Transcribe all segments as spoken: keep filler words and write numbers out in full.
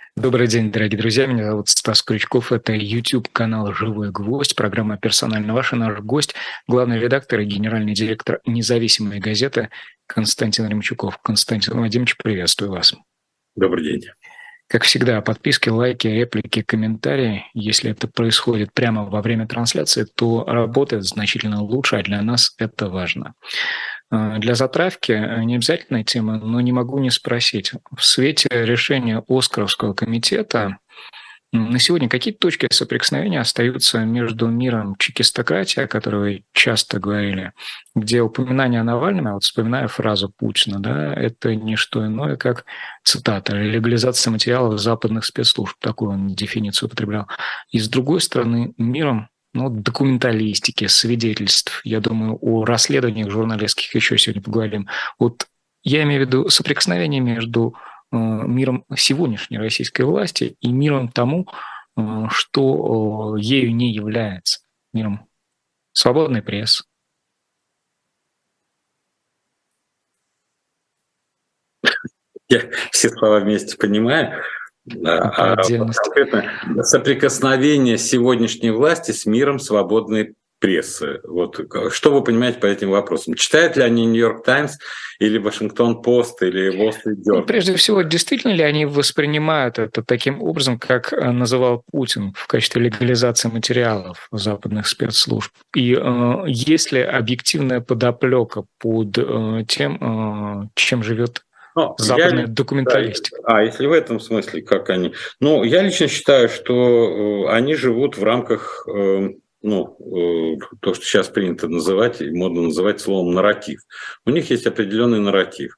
Добрый день, дорогие друзья. Меня зовут Стас Крючков. Это YouTube-канал «Живой гвоздь», программа «Персонально ваш». И наш гость, главный редактор и генеральный директор независимой газеты Константин Ремчуков. Константин Владимирович, приветствую вас. Добрый день. Как всегда, подписки, лайки, реплики, комментарии. Если это происходит прямо во время трансляции, то работает значительно лучше, а для нас это важно. Для затравки не обязательная тема, но не могу не спросить. В свете решения Оскаровского комитета на сегодня какие точки соприкосновения остаются между миром чекистократии, о которой вы часто говорили, где упоминание о Навальном, а вот вспоминая фразу Путина, да, это не что иное, как цитата, легализация материалов западных спецслужб, такую он дефиницию употреблял. И с другой стороны, миром ну, документалистики, свидетельств, я думаю, о расследованиях журналистских еще сегодня поговорим. Вот я имею в виду соприкосновение между миром сегодняшней российской власти и миром тому, что ею не является, миром свободной прессы. Я все слова вместе понимаю. А конкретно соприкосновение сегодняшней власти с миром свободной прессы. Вот что вы понимаете по этим вопросам? Читают ли они Нью-Йорк Таймс или Вашингтон Пост или Wall Street Journal? Ну, прежде всего, действительно ли они воспринимают это таким образом, как называл Путин, в качестве легализации материалов западных спецслужб? И э, есть ли объективная подоплека под э, тем, э, чем живет Но западная я, документалистика? Да, а если в этом смысле, как они? Ну, я лично считаю, что э, они живут в рамках... Э, ну, то, что сейчас принято называть, модно называть словом нарратив. У них есть определенный нарратив.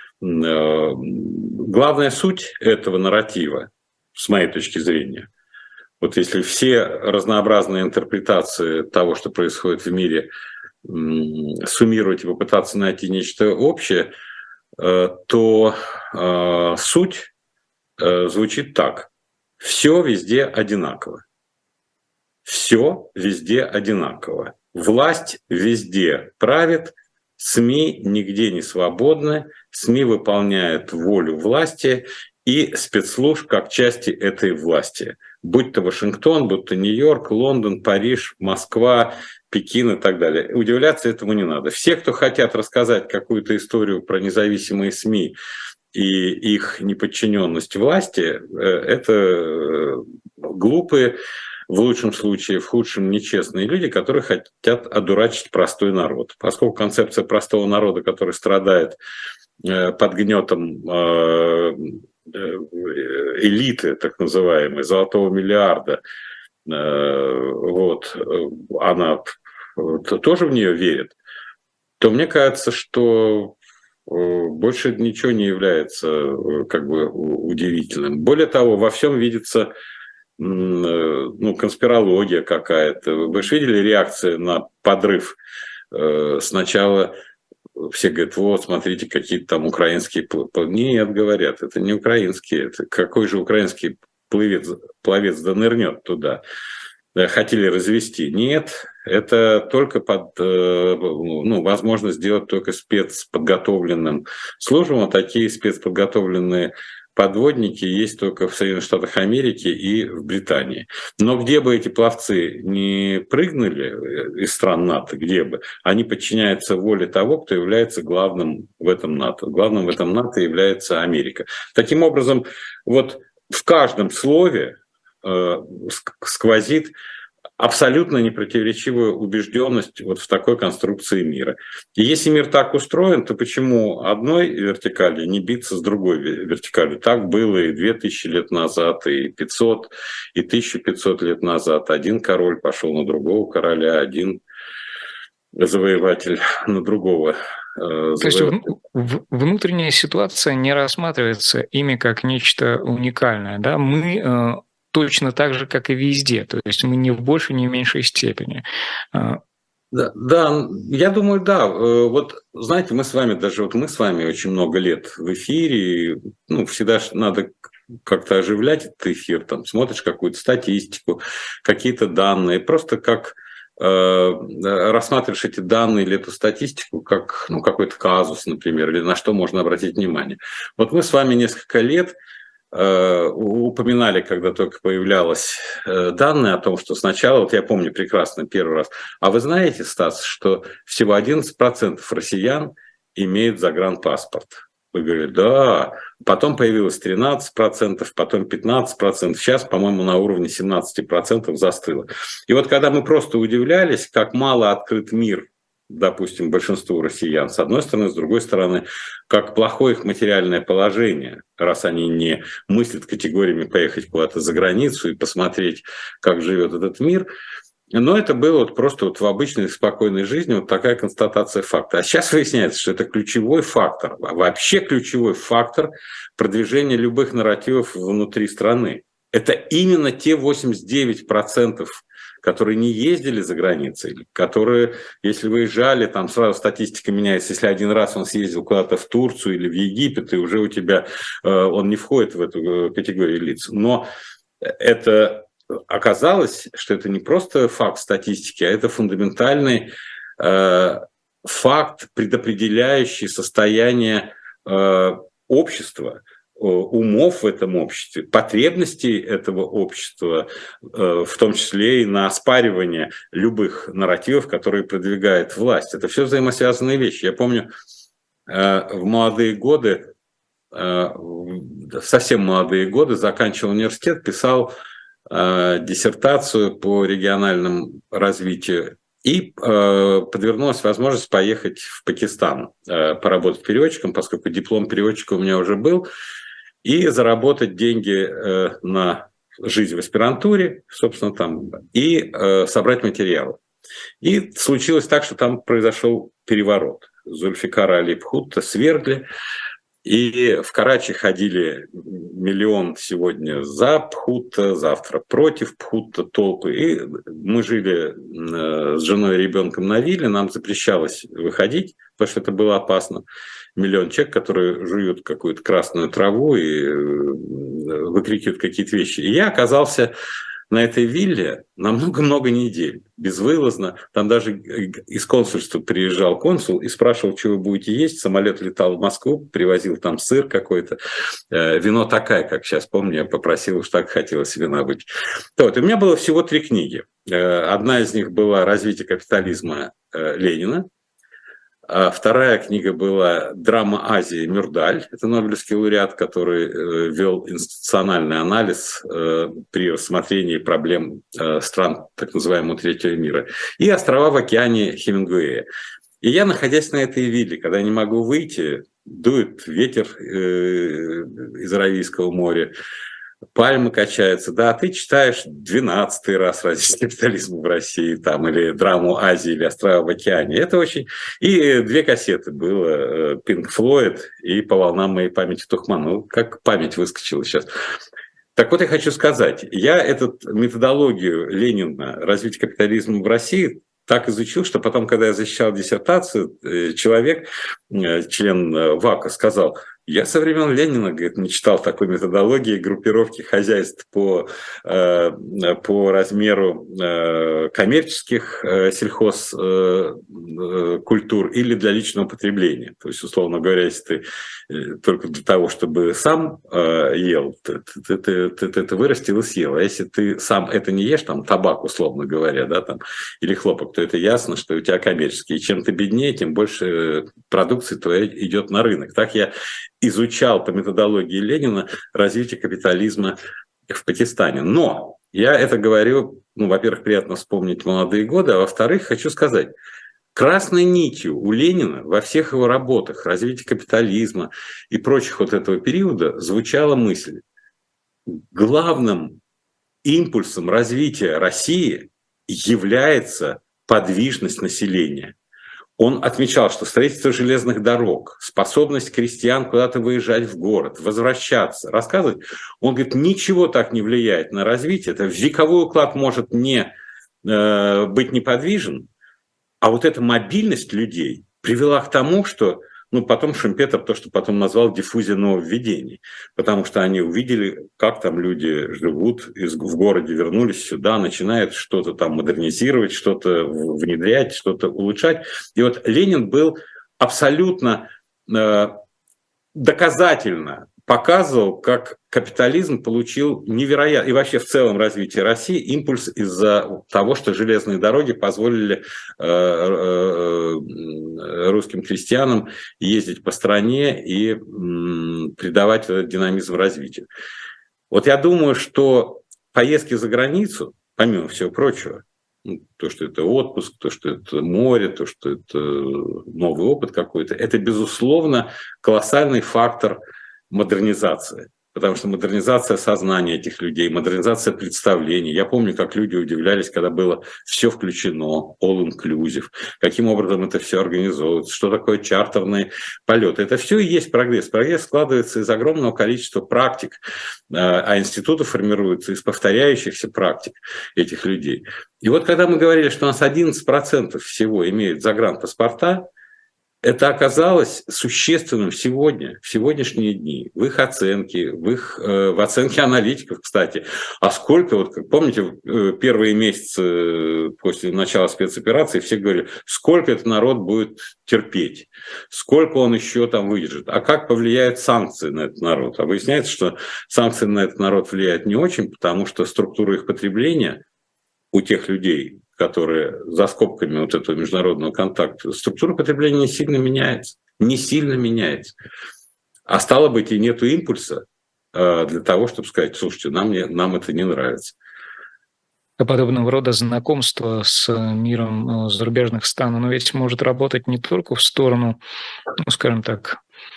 Главная суть этого нарратива, с моей точки зрения, вот если все разнообразные интерпретации того, что происходит в мире, суммировать и попытаться найти нечто общее, то суть звучит так. Все везде одинаково. Все везде одинаково. Власть везде правит, СМИ нигде не свободны, СМИ выполняют волю власти и спецслужб как части этой власти. Будь то Вашингтон, будь то Нью-Йорк, Лондон, Париж, Москва, Пекин и так далее. Удивляться этому не надо. Все, кто хотят рассказать какую-то историю про независимые СМИ и их неподчиненность власти, это глупые, в лучшем случае, в худшем нечестные люди, которые хотят одурачить простой народ. Поскольку концепция простого народа, который страдает под гнетом элиты, так называемой, золотого миллиарда, вот, она тоже в нее верит, то мне кажется, что больше ничего не является как бы удивительным. Более того, во всем видится ну, конспирология какая-то. Вы же видели реакции на подрыв? Сначала все говорят, вот, смотрите, какие-то там украинские... Нет, говорят, это не украинские. Это какой же украинский пловец, пловец да нырнет туда? Хотели развести. Нет, это только под... Ну, возможно сделать только спецподготовленным службам, а такие спецподготовленные подводники есть только в Соединенных Штатах Америки и в Британии. Но где бы эти пловцы не прыгнули из стран НАТО, где бы, они подчиняются воле того, кто является главным в этом НАТО. Главным в этом НАТО является Америка. Таким образом, вот в каждом слове э, сквозит абсолютно непротиворечивая убежденность вот в такой конструкции мира. И если мир так устроен, то почему одной вертикали не биться с другой вертикалью? Так было и две тысячи лет назад, и пятьсот, и тысяча пятьсот лет назад. Один король пошел на другого короля, один завоеватель на другого. То есть внутренняя ситуация не рассматривается ими как нечто уникальное. Да? Мы точно так же, как и везде. То есть мы не в большей, не в меньшей степени. Да, да, я думаю, да. Вот, знаете, мы с вами, даже вот мы с вами очень много лет в эфире, ну, всегда надо как-то оживлять этот эфир, там, смотришь какую-то статистику, какие-то данные, просто как э, рассматриваешь эти данные или эту статистику как, ну, какой-то казус, например, или на что можно обратить внимание. Вот мы с вами несколько лет упоминали, когда только появлялось данные о том, что сначала, вот я помню прекрасно первый раз, а вы знаете, Стас, что всего одиннадцать процентов россиян имеют загранпаспорт? Вы говорите, да. Потом появилось тринадцать процентов, потом пятнадцать процентов. Сейчас, по-моему, на уровне семнадцать процентов застыло. И вот когда мы просто удивлялись, как мало открыт мир, допустим, большинству россиян, с одной стороны, с другой стороны, как плохое их материальное положение, раз они не мыслят категориями поехать куда-то за границу и посмотреть, как живет этот мир. Но это было вот просто вот в обычной спокойной жизни вот такая констатация факта. А сейчас выясняется, что это ключевой фактор, вообще ключевой фактор продвижения любых нарративов внутри страны. Это именно те восемьдесят девять процентов, которые не ездили за границей, которые, если выезжали, там сразу статистика меняется, если один раз он съездил куда-то в Турцию или в Египет, и уже у тебя он не входит в эту категорию лиц. Но это... Оказалось, что это не просто факт статистики, а это фундаментальный э, факт, предопределяющий состояние э, общества, э, умов в этом обществе, потребностей этого общества, э, в том числе и на оспаривание любых нарративов, которые продвигает власть. Это все взаимосвязанные вещи. Я помню, э, в молодые годы, э, совсем молодые годы, заканчивал университет, писал диссертацию по региональному развитию, и э, подвернулась возможность поехать в Пакистан, э, поработать переводчиком, поскольку диплом переводчика у меня уже был, и заработать деньги э, на жизнь в аспирантуре, собственно, там, и э, собрать материалы. И случилось так, что там произошел переворот. Зульфикара Али Бхутто свергли, и в Карачи ходили миллион сегодня за Бхутто, завтра против Бхутто толпы. И мы жили с женой и ребенком на вилле, нам запрещалось выходить, потому что это было опасно. Миллион человек, которые жуют какую-то красную траву и выкрикивают какие-то вещи. И я оказался на этой вилле на много-много недель, безвылазно. Там даже из консульства приезжал консул и спрашивал, что вы будете есть. Самолет летал в Москву, привозил там сыр какой-то. Вино такая, как сейчас помню, я попросил, уж так хотелось вина быть. Вот. И у меня было всего три книги. Одна из них была «Развитие капитализма» Ленина. А вторая книга была «Драма Азии» Мюрдаль. Это нобелевский лауреат, который э, вел институциональный анализ э, при рассмотрении проблем э, стран так называемого третьего мира. И «Острова в океане» Хемингуэя. И я, находясь на этой вилле, когда я не могу выйти, дует ветер э, из Аравийского моря, пальмы качаются, да, ты читаешь двенадцатый раз «Развитие капитализма в России», там, или «Драму Азии», или «Острова в океане». Это очень... И две кассеты было, Pink Floyd и «По волнам моей памяти» Тухмана. Ну, как память выскочила сейчас. Так вот, я хочу сказать, я эту методологию Ленина «Развитие капитализма в России» так изучил, что потом, когда я защищал диссертацию, человек, член ВАКа, сказал: я со времен Ленина, говорит, не читал такой методологии группировки хозяйств по, по размеру коммерческих сельхозкультур или для личного потребления. То есть, условно говоря, если ты только для того, чтобы сам ел, ты, ты, ты, ты, ты это вырастил и съел. А если ты сам это не ешь, там табак, условно говоря, да, там, или хлопок, то это ясно, что у тебя коммерческие. И чем ты беднее, тем больше продукции твоей идет на рынок. Так я изучал по методологии Ленина развитие капитализма в Пакистане. Но я это говорю, ну, во-первых, приятно вспомнить молодые годы, а во-вторых, хочу сказать, красной нитью у Ленина во всех его работах развитие капитализма и прочих вот этого периода звучала мысль: главным импульсом развития России является подвижность населения. Он отмечал, что строительство железных дорог, способность крестьян куда-то выезжать в город, возвращаться, рассказывать, он говорит, ничего так не влияет на развитие. Это вековой уклад может не э, быть неподвижен, а вот эта мобильность людей привела к тому, что, ну, потом Шумпетер то, что потом назвал диффузия нововведений, потому что они увидели, как там люди живут, из, в городе вернулись сюда, начинают что-то там модернизировать, что-то внедрять, что-то улучшать. И вот Ленин был абсолютно э, доказательно показывал, как капитализм получил невероятный, и вообще в целом развитие России, импульс из-за того, что железные дороги позволили русским крестьянам ездить по стране и придавать этот динамизм развитию. Вот я думаю, что поездки за границу, помимо всего прочего, то, что это отпуск, то, что это море, то, что это новый опыт какой-то, это, безусловно, колоссальный фактор модернизации. Потому что модернизация сознания этих людей, модернизация представлений. Я помню, как люди удивлялись, когда было все включено, all-inclusive, каким образом это все организовывается, что такое чартерные полеты. Это все и есть прогресс. Прогресс складывается из огромного количества практик, а институты формируются из повторяющихся практик этих людей. И вот когда мы говорили, что у нас одиннадцать процентов всего имеют загранпаспорта, это оказалось существенным сегодня, в сегодняшние дни, в их оценке, в их в оценке аналитиков, кстати. А сколько, вот как помните, первые месяцы после начала спецоперации все говорили, сколько этот народ будет терпеть, сколько он еще там выдержит, а как повлияют санкции на этот народ. А выясняется, что санкции на этот народ влияют не очень, потому что структура их потребления у тех людей, которые за скобками вот этого международного контакта, структура потребления не сильно меняется, не сильно меняется. А стало быть, и нету импульса для того, чтобы сказать, слушайте, нам, не, нам это не нравится. Подобного рода знакомство с миром зарубежных стран, оно ведь может работать не только в сторону, ну, скажем так,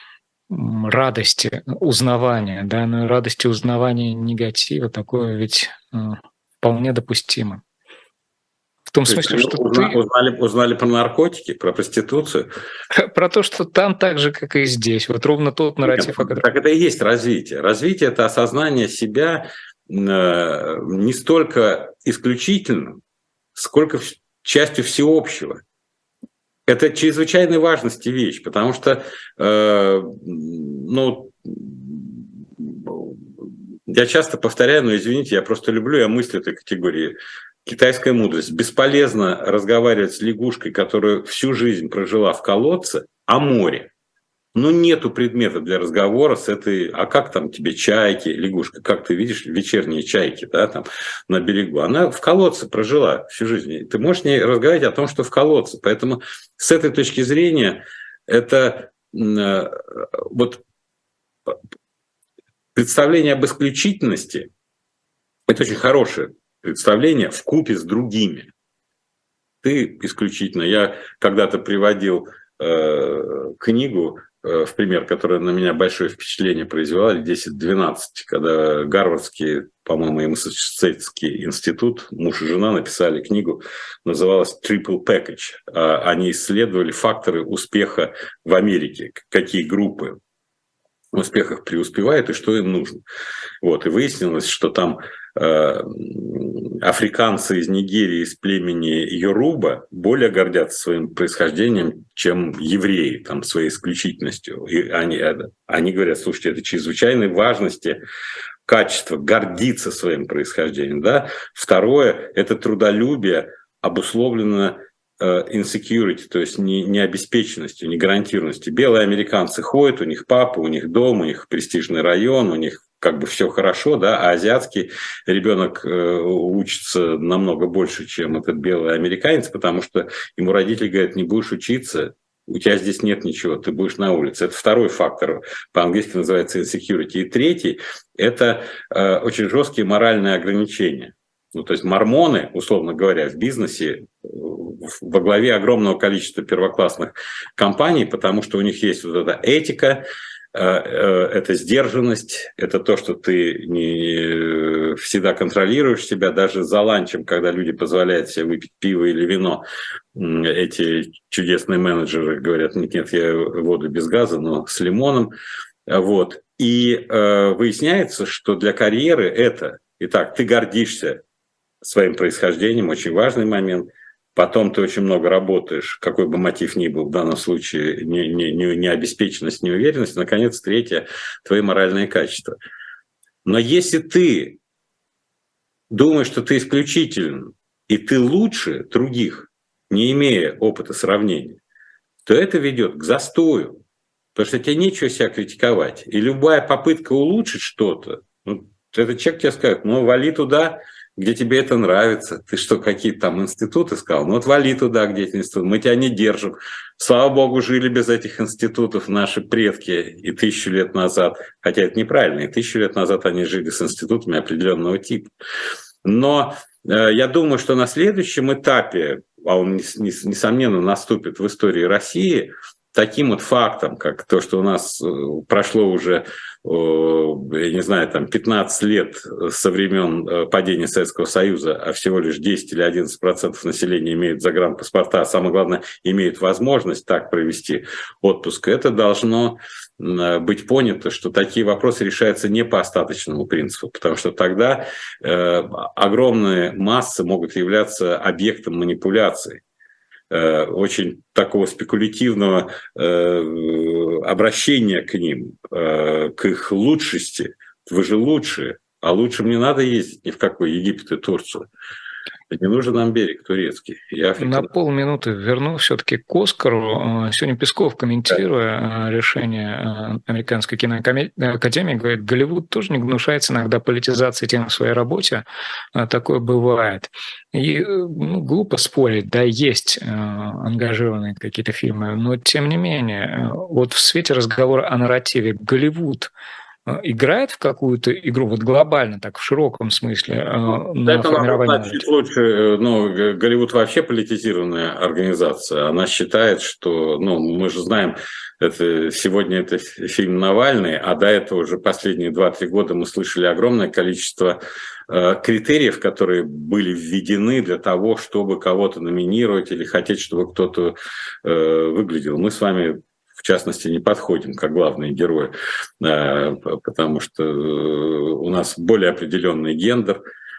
радости узнавания, да, но и радости узнавания негатива, такое ведь вполне допустимо. В том смысле, что Узна, ты... узнали, узнали про наркотики, про проституцию. Про то, что там так же, как и здесь. Вот ровно тот нарратив, Нет, о котором... Так это и есть развитие. Развитие – это осознание себя не столько исключительным, сколько частью всеобщего. Это чрезвычайной важности вещь, потому что, ну, я часто повторяю, но извините, я просто люблю, я мыслю этой категории. Китайская мудрость. Бесполезно разговаривать с лягушкой, которая всю жизнь прожила в колодце, о море. Ну, нету предмета для разговора с этой... А как там тебе чайки, лягушка? Как ты видишь вечерние чайки, да, там на берегу? Она в колодце прожила всю жизнь. Ты можешь с ней разговаривать о том, что в колодце. Поэтому с этой точки зрения это вот представление об исключительности, это очень хорошее представление вкупе с другими. Ты исключительно. Я когда-то приводил э, книгу э, в пример, которая на меня большое впечатление произвела, десять-двенадцать, когда Гарвардский, по-моему, и Массачусетский институт, муж и жена написали книгу, называлась Triple Package. Они исследовали факторы успеха в Америке, какие группы в успехах преуспевают и что им нужно. Вот. И выяснилось, что там э, африканцы из Нигерии, из племени Йоруба более гордятся своим происхождением, чем евреи, там, своей исключительностью. И они, они говорят, слушайте, это чрезвычайной важности качество гордиться своим происхождением. Да? Второе – это трудолюбие, обусловлено insecurity, то есть не, необеспеченностью, негарантированностью. Белые американцы ходят, у них папа, у них дом, у них престижный район, у них как бы все хорошо, да, а азиатский ребенок э, учится намного больше, чем этот белый американец, потому что ему родители говорят, не будешь учиться, у тебя здесь нет ничего, ты будешь на улице. Это второй фактор, по-английски называется insecurity. И третий – это э, очень жесткие моральные ограничения. Ну, то есть мормоны, условно говоря, в бизнесе во главе огромного количества первоклассных компаний, потому что у них есть вот эта этика, это сдержанность, это то, что ты не всегда контролируешь себя, даже за ланчем, когда люди позволяют себе выпить пиво или вино, эти чудесные менеджеры говорят, нет, нет, я воду без газа, но с лимоном. Вот. И выясняется, что для карьеры это, итак, ты гордишься своим происхождением, очень важный момент. Потом ты очень много работаешь, какой бы мотив ни был, в данном случае не, не, не, не обеспеченность, не уверенность. Наконец, третье, твои моральные качества. Но если ты думаешь, что ты исключителен, и ты лучше других, не имея опыта сравнения, то это ведет к застою. Потому что тебе нечего себя критиковать. И любая попытка улучшить что-то, ну, этот человек тебе скажет, ну, вали туда, где тебе это нравится. Ты что, какие-то там институты сказал? Ну, вот вали туда, где эти институты. Мы тебя не держим. Слава богу, жили без этих институтов наши предки и тысячу лет назад. Хотя это неправильно. И тысячу лет назад они жили с институтами определенного типа. Но э, я думаю, что на следующем этапе, а он, несомненно, наступит в истории России, таким вот фактом, как то, что у нас прошло уже, я не знаю, там пятнадцать лет со времен падения Советского Союза, а всего лишь десять или одиннадцать процентов населения имеют загранпаспорта, а самое главное, имеют возможность так провести отпуск, это должно быть понято, что такие вопросы решаются не по остаточному принципу, потому что тогда огромные массы могут являться объектом манипуляций, очень такого спекулятивного э, обращения к ним, э, к их лучшести. Вы же лучшие, а лучшим не надо ездить ни в какой Египет и Турцию. Не нужен нам берег турецкий. На полминуты верну все-таки к Оскару. Сегодня Песков, комментируя решение Американской киноакадемии, говорит, Голливуд тоже не гнушается иногда политизацией тем в своей работе. Такое бывает. И ну, глупо спорить, да, есть ангажированные какие-то фильмы, но тем не менее, вот в свете разговора о нарративе Голливуд играет в какую-то игру, вот глобально, так в широком смысле, на это формирование? Это чуть лучше, ну, Голливуд вообще политизированная организация. Она считает, что, ну, мы же знаем, это, сегодня это фильм Навальный, а до этого уже последние два-три года мы слышали огромное количество э, критериев, которые были введены для того, чтобы кого-то номинировать или хотеть, чтобы кто-то э, выглядел. Мы с вами в частности, не подходим как главные герои, потому что у нас более определенный гендер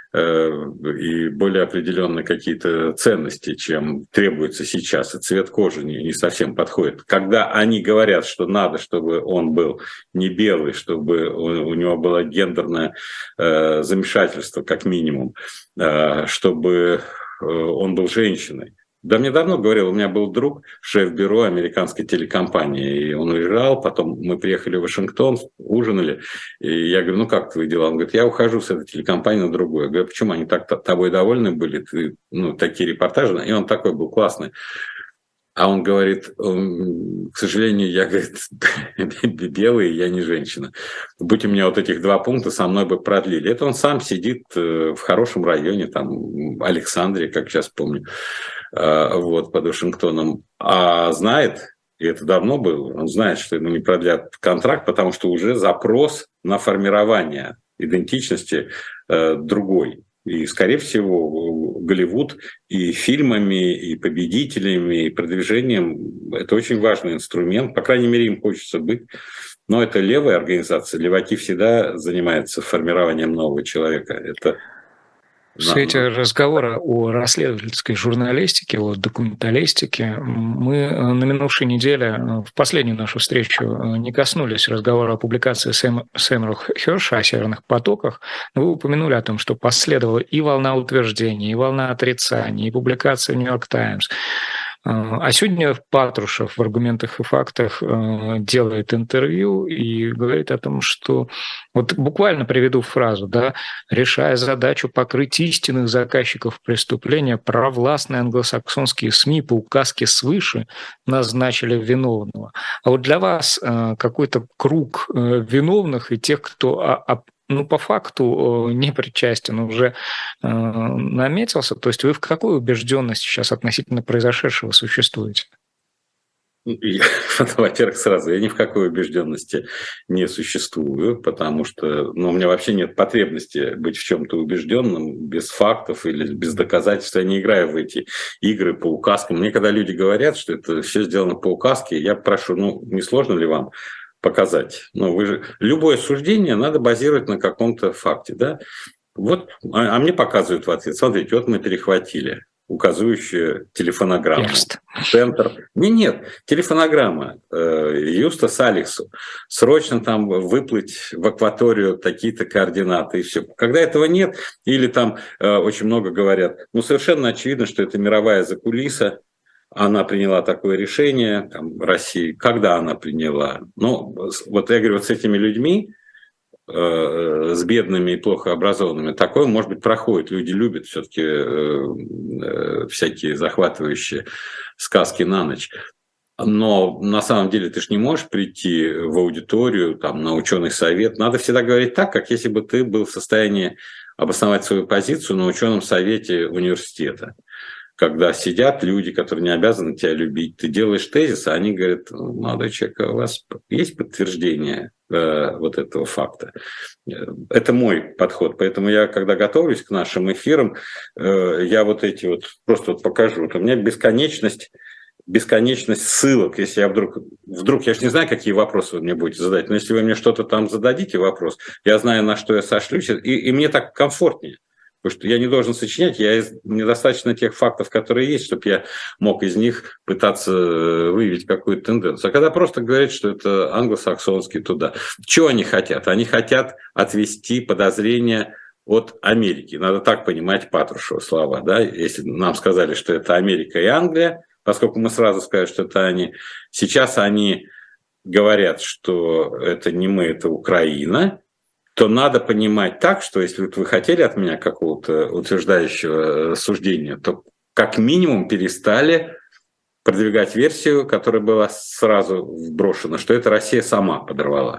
и более определенные какие-то ценности, чем требуется сейчас, и цвет кожи не, не совсем подходит. Когда они говорят, что надо, чтобы он был не белый, чтобы у, у него было гендерное э, замешательство, как минимум, э, чтобы он был женщиной. Да, мне давно говорил, у меня был друг, шеф-бюро американской телекомпании, и он уезжал, потом мы приехали в Вашингтон, ужинали, и я говорю, ну как твои дела? Он говорит, я ухожу с этой телекомпании на другую. Я говорю, почему они так тобой довольны были, ты, ну, такие репортажи, и он такой был классный. А он говорит, к сожалению, я, говорит, белый, я не женщина. Будь у меня вот этих два пункта, со мной бы продлили. Это он сам сидит в хорошем районе, там, Александрия, как сейчас помню, вот, под Вашингтоном. А знает, и это давно было, он знает, что ему не продлят контракт, потому что уже запрос на формирование идентичности другой. И, скорее всего, Голливуд и фильмами, и победителями, и продвижением – это очень важный инструмент. По крайней мере, им хочется быть. Но это левая организация. Леваки всегда занимаются формированием нового человека. Это... В свете разговора о расследовательской журналистике, о документалистике, мы на минувшей неделе, в последнюю нашу встречу, не коснулись разговора о публикации Сэм, Сэмюэла Херша о «Северных потоках». Но вы упомянули о том, что последовала и волна утверждений, и волна отрицаний, и публикация в «Нью-Йорк Таймс». А сегодня Патрушев в «Аргументах и фактах» делает интервью и говорит о том, что, вот буквально приведу фразу, да, решая задачу покрыть истинных заказчиков преступления, провластные англосаксонские СМИ по указке свыше назначили виновного. А вот для вас какой-то круг виновных и тех, кто ну, по факту не причастен, уже э, наметился. То есть вы в какой убежденности сейчас относительно произошедшего существуете? Во-первых, сразу, я ни в какой убежденности не существую, потому что ну, у меня вообще нет потребности быть в чем-то убежденным без фактов или без доказательств. Я не играю в эти игры по указкам. Мне когда люди говорят, что это все сделано по указке, я прошу, ну, не сложно ли вам показать? Ну, вы же... Любое суждение надо базировать на каком-то факте, да? Вот, а, а мне показывают в ответ. Смотрите, вот мы перехватили указывающую телефонограмму. Перст. Центр. Не, нет, телефонограмма э, Юстас Алексу. Срочно там выплыть в акваторию такие-то координаты и все. Когда этого нет, или там э, очень много говорят, ну, совершенно очевидно, что это мировая закулиса, она приняла такое решение, там, России, когда она приняла. Ну, вот я говорю, вот с этими людьми, э, с бедными и плохо образованными, такое, может быть, проходит. Люди любят все-таки э, э, всякие захватывающие сказки на ночь. Но на самом деле ты же не можешь прийти в аудиторию, там, на ученый совет. Надо всегда говорить так, как если бы ты был в состоянии обосновать свою позицию на ученом совете университета. Когда сидят люди, которые не обязаны тебя любить, ты делаешь тезис, а они говорят: молодой человек, у вас есть подтверждение э, вот этого факта? Это мой подход. Поэтому я, когда готовлюсь к нашим эфирам, э, я вот эти вот просто вот покажу. Вот у меня бесконечность, бесконечность ссылок. Если я вдруг, вдруг, я же не знаю, какие вопросы вы мне будете задать, но если вы мне что-то там зададите, вопрос, я знаю, на что я сошлюсь, и, и мне так комфортнее. Потому что я не должен сочинять, я из, мне достаточно тех фактов, которые есть, чтобы я мог из них пытаться выявить какую-то тенденцию. А когда просто говорят, что это англосаксонский туда, чего они хотят? Они хотят отвести подозрения от Америки. Надо так понимать Патрушева слова. Да? Если нам сказали, что это Америка и Англия, поскольку мы сразу сказали, что это они, сейчас они говорят, что это не мы, это Украина, то надо понимать так, что если вы хотели от меня какого-то утверждающего суждения, то как минимум перестали продвигать версию, которая была сразу вброшена, что это Россия сама подорвала.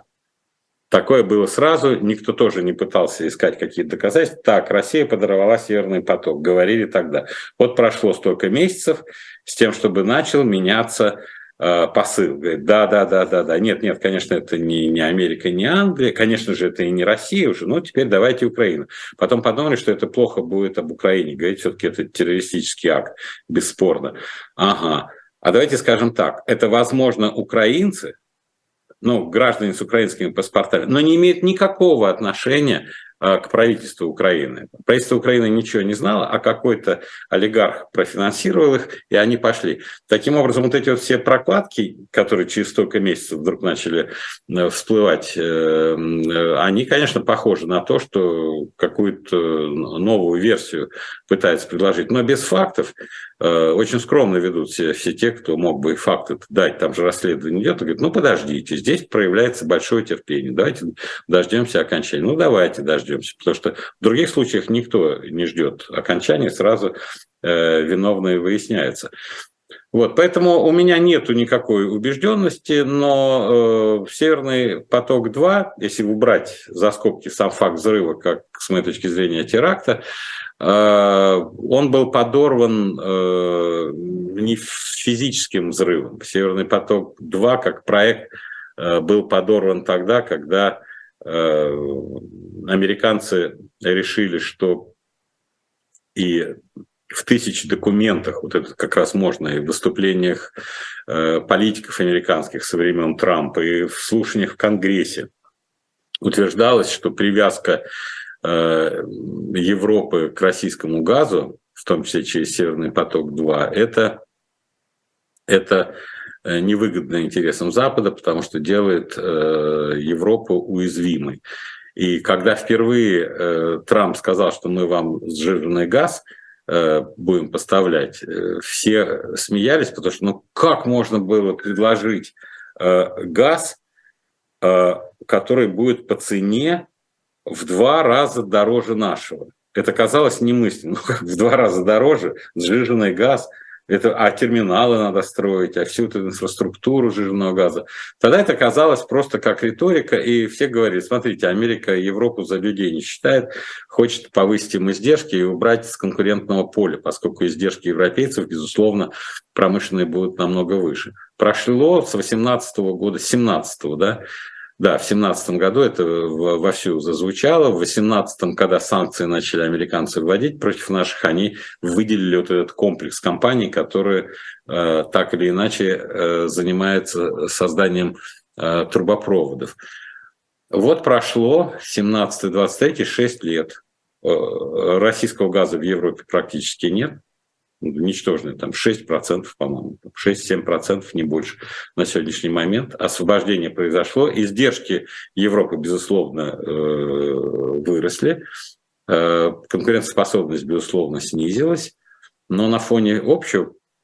Такое было сразу, никто тоже не пытался искать какие-то доказательства. Так, Россия подорвала Северный поток, говорили тогда. Вот прошло столько месяцев с тем, чтобы начал меняться посыл. Говорит, да, да, да, да, да. Нет, нет, конечно, это не, не Америка, не Англия. Конечно же, это и не Россия уже. Ну, теперь давайте Украину. Потом подумали, что это плохо будет об Украине. Говорить, все-таки это террористический акт, бесспорно. Ага. А давайте скажем так. Это, возможно, украинцы, ну, граждане с украинскими паспортами, но не имеют никакого отношения к правительству Украины. Правительство Украины ничего не знало, а какой-то олигарх профинансировал их, и они пошли. Таким образом, вот эти вот все прокладки, которые через столько месяцев вдруг начали всплывать, они, конечно, похожи на то, что какую-то новую версию пытаются предложить, но без фактов. Очень скромно ведут себя все те, кто мог бы факты дать, там же расследование идет, и говорит, ну подождите, здесь проявляется большое терпение, давайте дождемся окончания. Ну давайте дождемся, потому что в других случаях никто не ждет окончания, сразу э, виновные выясняются. Вот, поэтому у меня нету никакой убежденности, но э, Северный поток-два, если убрать за скобки сам факт взрыва, как с моей точки зрения теракта, он был подорван э, не физическим взрывом. Северный поток-два как проект э, был подорван тогда, когда э, американцы решили, что и в тысячи документах, вот это как раз можно, и в выступлениях э, политиков американских со времен Трампа, и в слушаниях в Конгрессе утверждалось, что привязка Европы к российскому газу, в том числе через Северный поток-два, это, это невыгодно интересам Запада, потому что делает Европу уязвимой. И когда впервые Трамп сказал, что мы вам сжиженный газ будем поставлять, все смеялись, потому что ну как можно было предложить газ, который будет по цене в два раза дороже нашего. Это казалось немыслимым. Ну, как в два раза дороже, сжиженный газ, это, а терминалы надо строить, а всю эту инфраструктуру сжиженного газа. Тогда это казалось просто как риторика, и все говорили, смотрите, Америка Европу за людей не считает, хочет повысить им издержки и убрать с конкурентного поля, поскольку издержки европейцев, безусловно, промышленные будут намного выше. Прошло с восемнадцатого года, семнадцатого, да, Да, в семнадцатом году это вовсю зазвучало. В восемнадцатом, когда санкции начали американцы вводить против наших, они выделили вот этот комплекс компаний, которые э, так или иначе э, занимаются созданием э, трубопроводов. Вот прошло семнадцатый двадцать третий, шесть лет. Э, российского газа в Европе практически нет. Ничтожные, там шесть процентов, по-моему, шесть-семь процентов, не больше на сегодняшний момент. Освобождение произошло, издержки Европы, безусловно, выросли, конкурентоспособность, безусловно, снизилась, но на фоне общего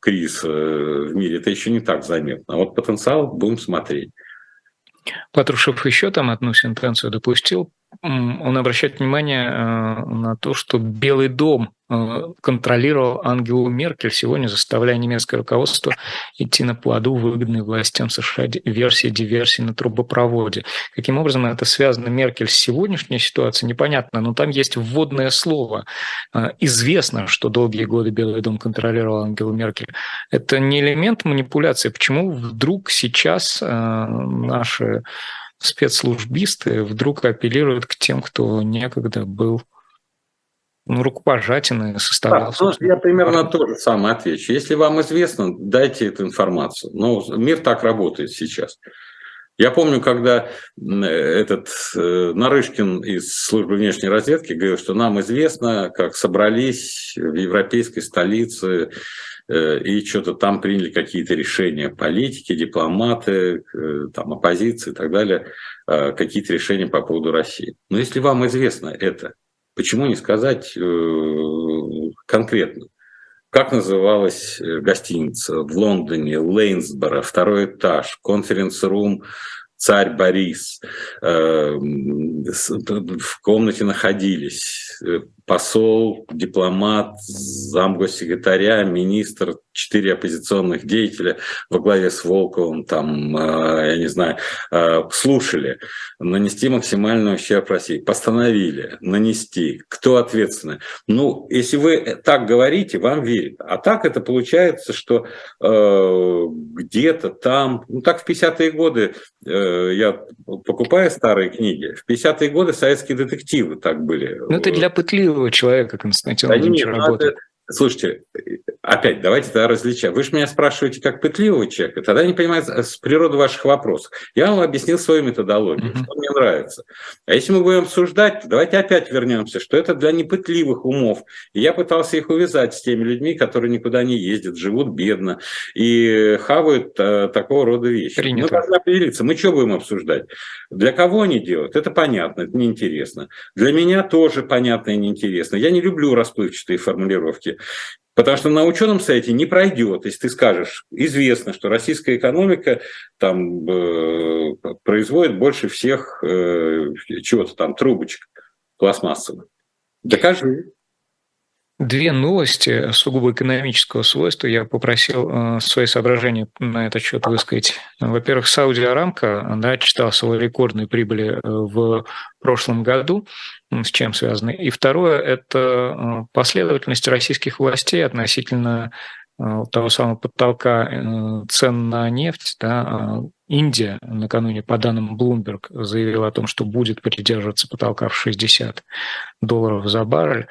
кризис в мире, это еще не так заметно. А вот потенциал будем смотреть. Патрушев еще там одну сентенцию допустил. Он обращает внимание на то, что Белый дом контролировал Ангелу Меркель сегодня, заставляя немецкое руководство идти на поводу выгодной властям США версии диверсии на трубопроводе. Каким образом это связано, Меркель, с сегодняшней ситуацией, непонятно, но там есть вводное слово. Известно, что долгие годы Белый дом контролировал Ангелу Меркель. Это не элемент манипуляции. Почему вдруг сейчас наши спецслужбисты вдруг апеллируют к тем, кто некогда был ну, рукопожатен и составлял... Да, ну, я примерно то же самое отвечу. Если вам известно, дайте эту информацию. Но мир так работает сейчас. Я помню, когда этот э, Нарышкин из службы внешней разведки говорил, что нам известно, как собрались в европейской столице э, и что-то там приняли какие-то решения, политики, дипломаты, э, там, оппозиции и так далее, э, какие-то решения по поводу России. Но если вам известно это, почему не сказать э, конкретно? Как называлась гостиница в Лондоне, Лейнсборо, второй этаж, конференц-рум «Царь Борис». В комнате находились посол, дипломат, замгоссекретаря, министр, четыре оппозиционных деятеля во главе с Волковым, там, я не знаю, слушали. Нанести максимальный ущерб России. Постановили нанести. Кто ответственный? Ну, если вы так говорите, вам верят. А так это получается, что э, где-то там... Ну, так в пятидесятые годы э, я покупаю старые книги. В пятидесятые годы советские детективы так были. Ну, это для пытливого человека, Константин да Владимирович, нет, работает. Слушайте, опять давайте тогда различать. Вы же меня спрашиваете как пытливого человека, тогда не понимаете с природы ваших вопросов. Я вам объяснил свою методологию, mm-hmm. что мне нравится. А если мы будем обсуждать, то давайте опять вернемся, что это для непытливых умов. И я пытался их увязать с теми людьми, которые никуда не ездят, живут бедно и хавают а, такого рода вещи. Принято. Мы должны определиться, мы что будем обсуждать? Для кого они делают? Это понятно, это неинтересно. Для меня тоже понятно и неинтересно. Я не люблю расплывчатые формулировки. Потому что на ученом сайте не пройдет, если ты скажешь, известно, что российская экономика там, э, производит больше всех э, чего-то там, трубочек пластмассовых. Докажи. Две новости сугубо экономического свойства. Я попросил э, свои соображения на этот счет высказать. Во-первых, Сауди Арамко, да, читал свои рекордные прибыли в прошлом году, с чем связаны. И второе – это последовательность российских властей относительно того самого потолка цен на нефть. Да. Индия накануне, по данным Bloomberg, заявила о том, что будет придерживаться потолка в шестьдесят долларов за баррель.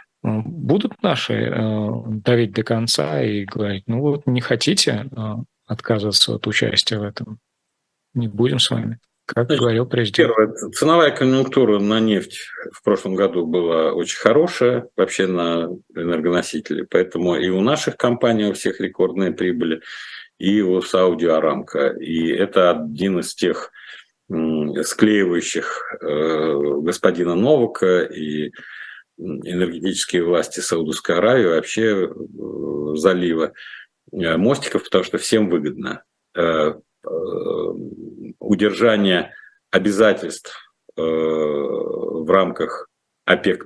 Будут наши э, давить до конца и говорить, ну вот не хотите э, отказываться от участия в этом, не будем с вами, как Значит, говорил президент. Первое, ценовая конъюнктура на нефть в прошлом году была очень хорошая, вообще на энергоносители, поэтому и у наших компаний у всех рекордные прибыли, и у Сауди Арамко. И это один из тех м, склеивающих э, господина Новака и энергетические власти Саудовской Аравии, вообще э, залива э, мостиков, потому что всем выгодно э, э, удержание обязательств э, в рамках ОПЕК+,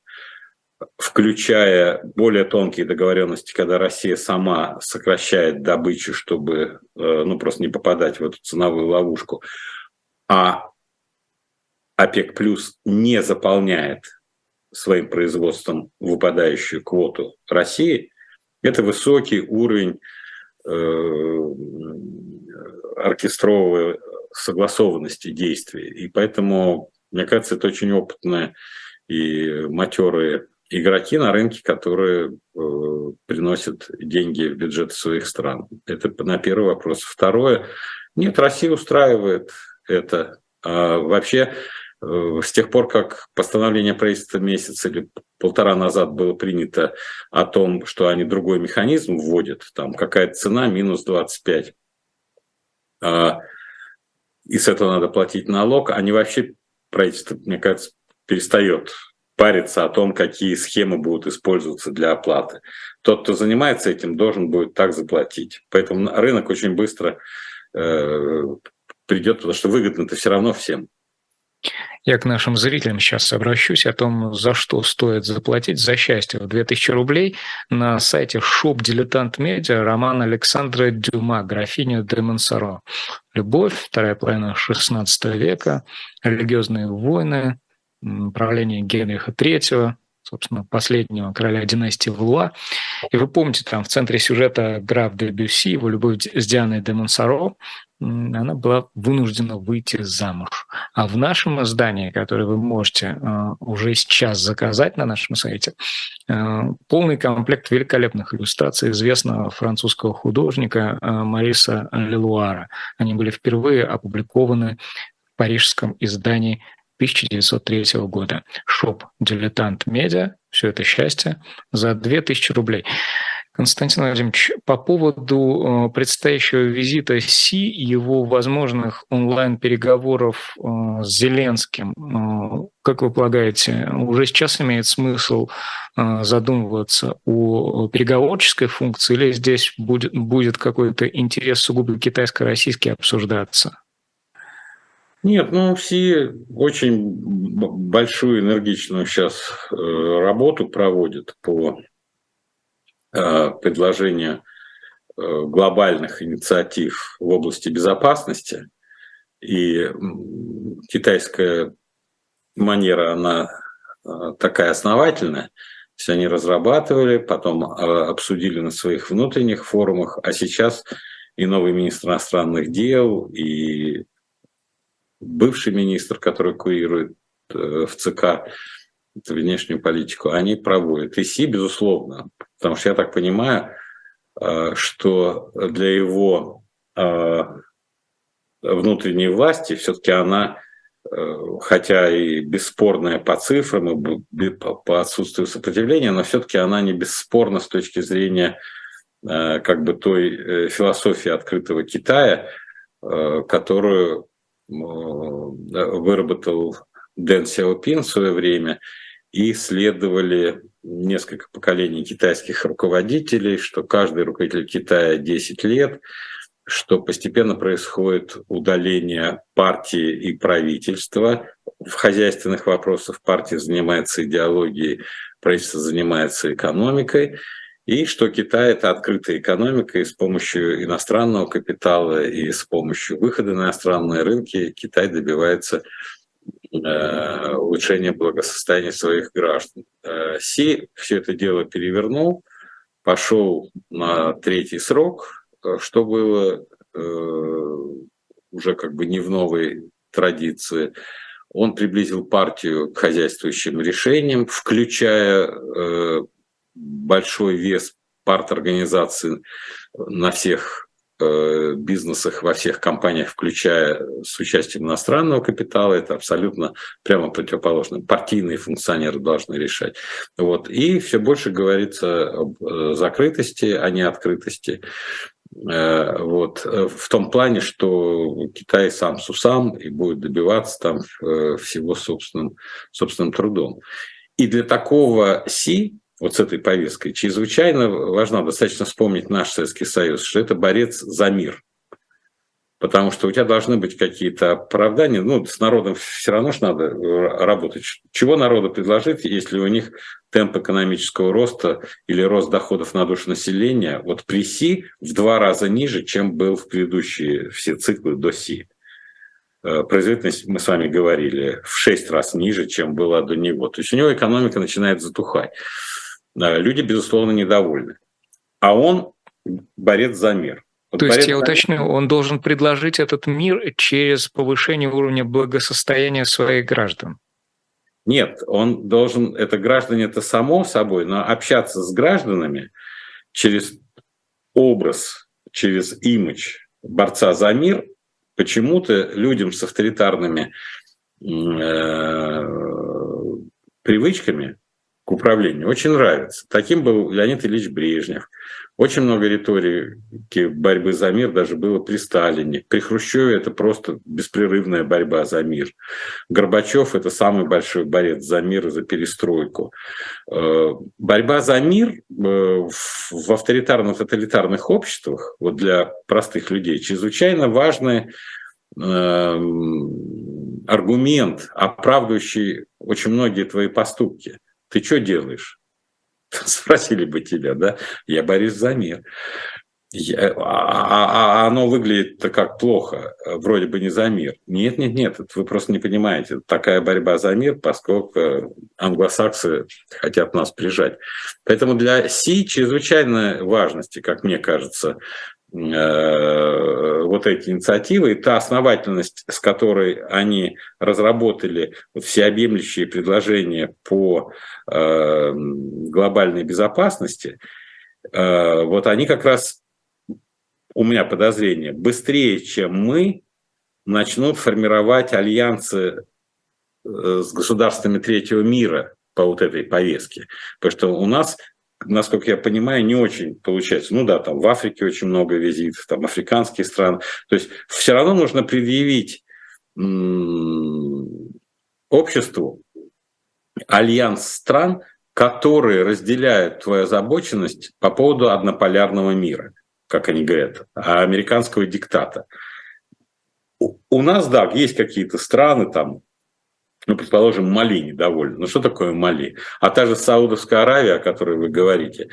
включая более тонкие договоренности, когда Россия сама сокращает добычу, чтобы э, ну, просто не попадать в эту ценовую ловушку, а ОПЕК+ не заполняет своим производством выпадающую квоту России, это высокий уровень э, оркестровой согласованности действий. И поэтому, мне кажется, это очень опытные и матерые игроки на рынке, которые э, приносят деньги в бюджет своих стран. Это на первый вопрос. Второе. Нет, Россия устраивает это. А вообще, с тех пор, как постановление правительства месяц или полтора назад было принято о том, что они другой механизм вводят, там какая-то цена минус двадцать пять, и с этого надо платить налог, они вообще, правительство, мне кажется, перестает париться о том, какие схемы будут использоваться для оплаты. Тот, кто занимается этим, должен будет так заплатить. Поэтому рынок очень быстро э, придет, потому что выгодно-то все равно всем. Я к нашим зрителям сейчас обращусь о том, за что стоит заплатить за счастье. В две тысячи рублей на сайте Shop Dilettant Media роман Александра Дюма «Графиня де Монсоро». Любовь, вторая половина шестнадцатого века, религиозные войны, правление Генриха третьего, собственно, последнего короля династии Валуа. И вы помните, там в центре сюжета граф де Бюсси, его любовь с Дианой де Монсоро, она была вынуждена выйти замуж. А в нашем издании, которое вы можете uh, уже сейчас заказать на нашем сайте, uh, полный комплект великолепных иллюстраций известного французского художника uh, Мариса Лелуара. Они были впервые опубликованы в парижском издании тысяча девятьсот третьего года. Shop Dilettant Media, все это счастье, за две тысячи рублей. Константин Владимирович, по поводу предстоящего визита Си и его возможных онлайн-переговоров с Зеленским, как вы полагаете, уже сейчас имеет смысл задумываться о переговорческой функции, или здесь будет, будет какой-то интерес сугубо китайско-российский обсуждаться? Нет, ну, Си очень большую энергичную сейчас работу проводит по предложению глобальных инициатив в области безопасности. И китайская манера, она такая основательная. То есть они разрабатывали, потом обсудили на своих внутренних форумах, а сейчас и новый министр иностранных дел, и бывший министр, который курирует в ЦК внешнюю политику, они проводят. И Си, безусловно, потому что я так понимаю, что для его внутренней власти все-таки она, хотя и бесспорная по цифрам, и по отсутствию сопротивления, но все-таки она не бесспорна с точки зрения как бы той философии открытого Китая, которую выработал Дэн Сяопин в свое время, и следовали несколько поколений китайских руководителей, что каждый руководитель Китая десять лет, что постепенно происходит удаление партии и правительства. В хозяйственных вопросах партия занимается идеологией, правительство занимается экономикой, и что Китай – это открытая экономика, и с помощью иностранного капитала, и с помощью выхода на иностранные рынки Китай добивается улучшения благосостояния своих граждан. Си все это дело перевернул, пошел на третий срок, что было уже как бы не в новой традиции. Он приблизил партию к хозяйствующим решениям, включая большой вес парторганизации на всех бизнесах, во всех компаниях, включая с участием иностранного капитала. Это абсолютно прямо противоположно. Партийные функционеры должны решать. Вот. И все больше говорится об закрытости, а не открытости. Вот. В том плане, что Китай сам с усам и будет добиваться там всего собственным, собственным трудом. И для такого Си, вот с этой повесткой, чрезвычайно важно, достаточно вспомнить наш Советский Союз, что это борец за мир. Потому что у тебя должны быть какие-то оправдания. Ну, с народом все равно ж надо работать. Чего народу предложить, если у них темп экономического роста или рост доходов на душу населения вот при Си в два раза ниже, чем был в предыдущие все циклы до Си. Производительность, мы с вами говорили, в шесть раз ниже, чем была до него. То есть у него экономика начинает затухать. Люди, безусловно, недовольны. А он борец за мир. Вот То есть, я за... уточню, он должен предложить этот мир через повышение уровня благосостояния своих граждан? Нет, он должен, это граждане, это само собой, но общаться с гражданами через образ, через имидж борца за мир почему-то людям с авторитарными э, привычками к управлению. Очень нравится. Таким был Леонид Ильич Брежнев. Очень много риторики борьбы за мир даже было при Сталине. При Хрущеве это просто беспрерывная борьба за мир. Горбачев – это самый большой борец за мир и за перестройку. Борьба за мир в авторитарных, тоталитарных обществах, вот для простых людей, чрезвычайно важный аргумент, оправдывающий очень многие твои поступки. Ты что делаешь? Спросили бы тебя, да? Я борюсь за мир. Я, а, а оно выглядит как плохо, вроде бы не за мир. Нет, нет, нет, это вы просто не понимаете. Такая борьба за мир, поскольку англосаксы хотят нас прижать. Поэтому для Си чрезвычайной важности, как мне кажется, вот эти инициативы и та основательность, с которой они разработали всеобъемлющие предложения по глобальной безопасности, вот они как раз, у меня подозрение, быстрее, чем мы, начнут формировать альянсы с государствами третьего мира по вот этой повестке. Потому что у нас, насколько я понимаю, не очень получается. Ну да, там в Африке очень много визитов, там африканские страны. То есть все равно нужно предъявить м- обществу альянс стран, которые разделяют твою озабоченность по поводу однополярного мира, как они говорят, американского диктата. У нас, да, есть какие-то страны, там, ну, предположим, Мали недовольны. Ну, что такое Мали? А та же Саудовская Аравия, о которой вы говорите,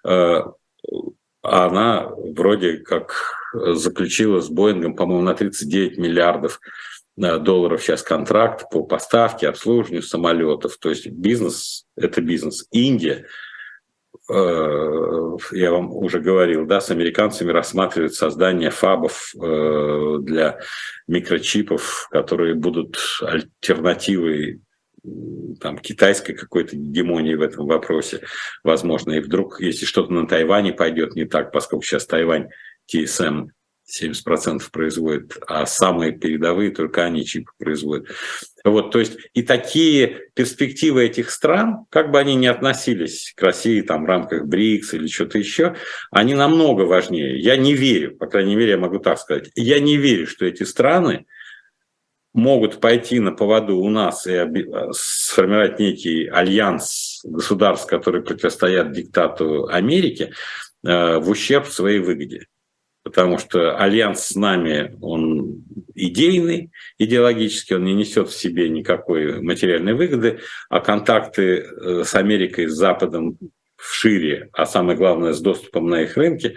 она вроде как заключила с Боингом, по-моему, на тридцать девять миллиардов долларов сейчас контракт по поставке, обслуживанию самолетов. То есть бизнес – это бизнес. Индия, я вам уже говорил, да, с американцами рассматривают создание фабов для микрочипов, которые будут альтернативой там, китайской какой-то гегемонии в этом вопросе, возможно. И вдруг, если что-то на Тайване пойдет не так, поскольку сейчас Тайвань Ти Эс Эм семьдесят процентов производит, а самые передовые только они чипы производят. Вот, то есть и такие перспективы этих стран, как бы они ни относились к России там, в рамках БРИКС или что-то еще, они намного важнее. Я не верю, по крайней мере, я могу так сказать, я не верю, что эти страны могут пойти на поводу у нас и сформировать некий альянс государств, которые противостоят диктату Америки, в ущерб своей выгоде. Потому что альянс с нами, он идейный, идеологический, он не несет в себе никакой материальной выгоды, а контакты с Америкой, с Западом шире, а самое главное, с доступом на их рынки,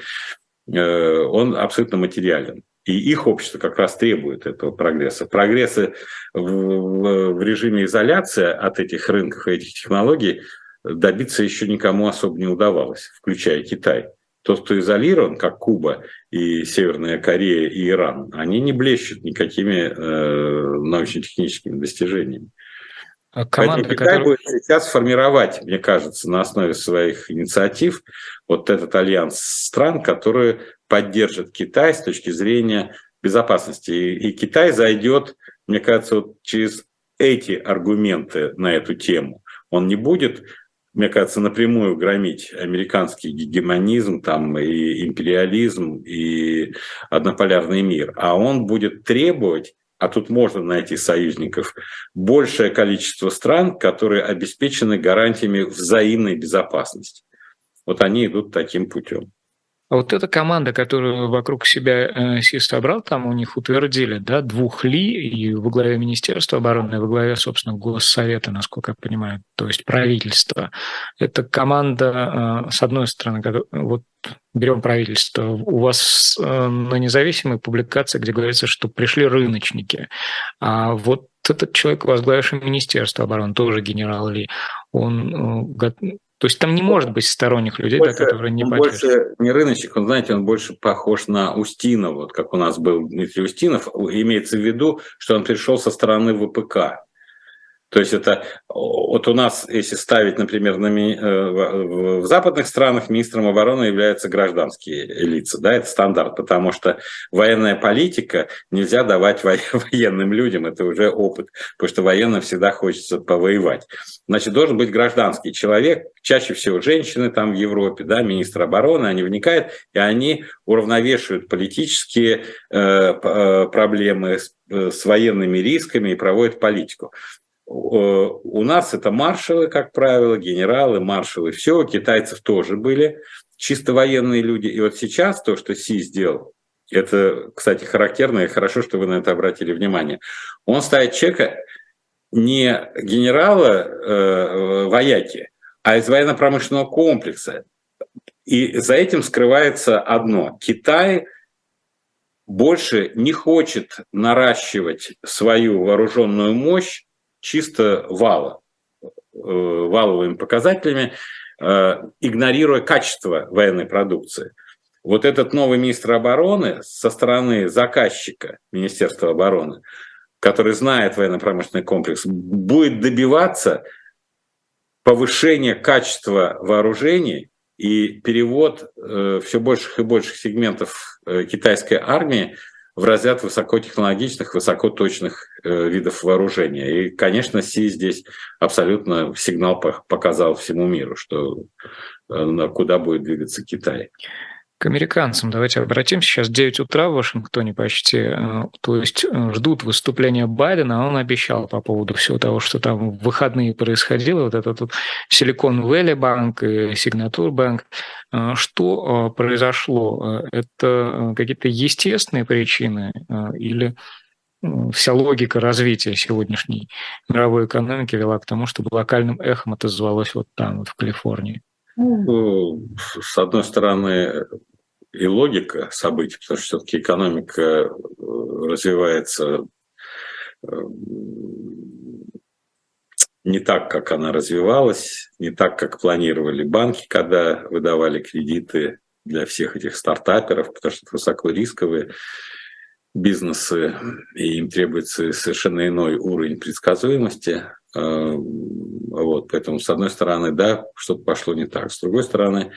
он абсолютно материален. И их общество как раз требует этого прогресса. Прогресса в, в режиме изоляции от этих рынков и этих технологий добиться еще никому особо не удавалось, включая Китай. Тот, кто изолирован, как Куба и Северная Корея и Иран, они не блещут никакими э, научно-техническими достижениями. А команда, Поэтому Китай которая... будет сейчас формировать, мне кажется, на основе своих инициатив вот этот альянс стран, которые поддержат Китай с точки зрения безопасности. И, и Китай зайдет, мне кажется, вот через эти аргументы на эту тему. Он не будет, мне кажется, напрямую громить американский гегемонизм, там, и империализм, и однополярный мир, а он будет требовать, а тут можно найти союзников, большее количество стран, которые обеспечены гарантиями взаимной безопасности. Вот они идут таким путем. А вот эта команда, которую вокруг себя Си собрал, там у них утвердили, да, двух Ли и во главе Министерства обороны, и во главе, собственно, Госсовета, насколько я понимаю, то есть правительства. Это команда, с одной стороны, вот берем правительство, у вас на независимой публикации, где говорится, что пришли рыночники, а вот этот человек, возглавивший Министерство обороны, тоже генерал Ли, он... То есть там не может быть сторонних людей, больше, да, которые не поддерживают. Он больше не рыночник, он, знаете, он больше похож на Устинова, вот как у нас был Дмитрий Устинов. Имеется в виду, что он пришел со стороны вэ пэ ка. То есть это вот у нас, если ставить, например, на ми... в западных странах министром обороны являются гражданские лица, да, это стандарт, потому что военная политика нельзя давать военным людям, это уже опыт, потому что военным всегда хочется повоевать. Значит, должен быть гражданский человек, чаще всего женщины там в Европе, да, министр обороны, они вникают, и они уравновешивают политические э, проблемы с, с военными рисками и проводят политику. У нас это маршалы, как правило, генералы, маршалы, все, у китайцев тоже были чисто военные люди. И вот сейчас то, что Си сделал, это, кстати, характерно, и хорошо, что вы на это обратили внимание. Он ставит человека не генерала э, вояки, а из военно-промышленного комплекса. И за этим скрывается одно. Китай больше не хочет наращивать свою вооруженную мощь чисто вала, валовыми показателями, игнорируя качество военной продукции. Вот этот новый министр обороны со стороны заказчика Министерства обороны, который знает военно-промышленный комплекс, будет добиваться повышения качества вооружений и перевод все больших и больших сегментов китайской армии в разряд высокотехнологичных, высокоточных э, видов вооружения. И, конечно, Си здесь абсолютно сигнал показал всему миру, что э, куда будет двигаться Китай. К американцам давайте обратимся. Сейчас девять утра в Вашингтоне почти, то есть ждут выступления Байдена, а он обещал по поводу всего того, что там в выходные происходило, вот этот вот Silicon Valley Bank и Signature Bank. Что произошло? Это какие-то естественные причины или вся логика развития сегодняшней мировой экономики вела к тому, чтобы локальным эхом отозвалось вот там, вот в Калифорнии? Ну, с одной стороны, и логика событий, потому что все-таки экономика развивается не так, как она развивалась, не так, как планировали банки, когда выдавали кредиты для всех этих стартаперов, потому что это высокорисковые бизнесы, и им требуется совершенно иной уровень предсказуемости. Вот, поэтому, с одной стороны, да, что-то пошло не так. С другой стороны,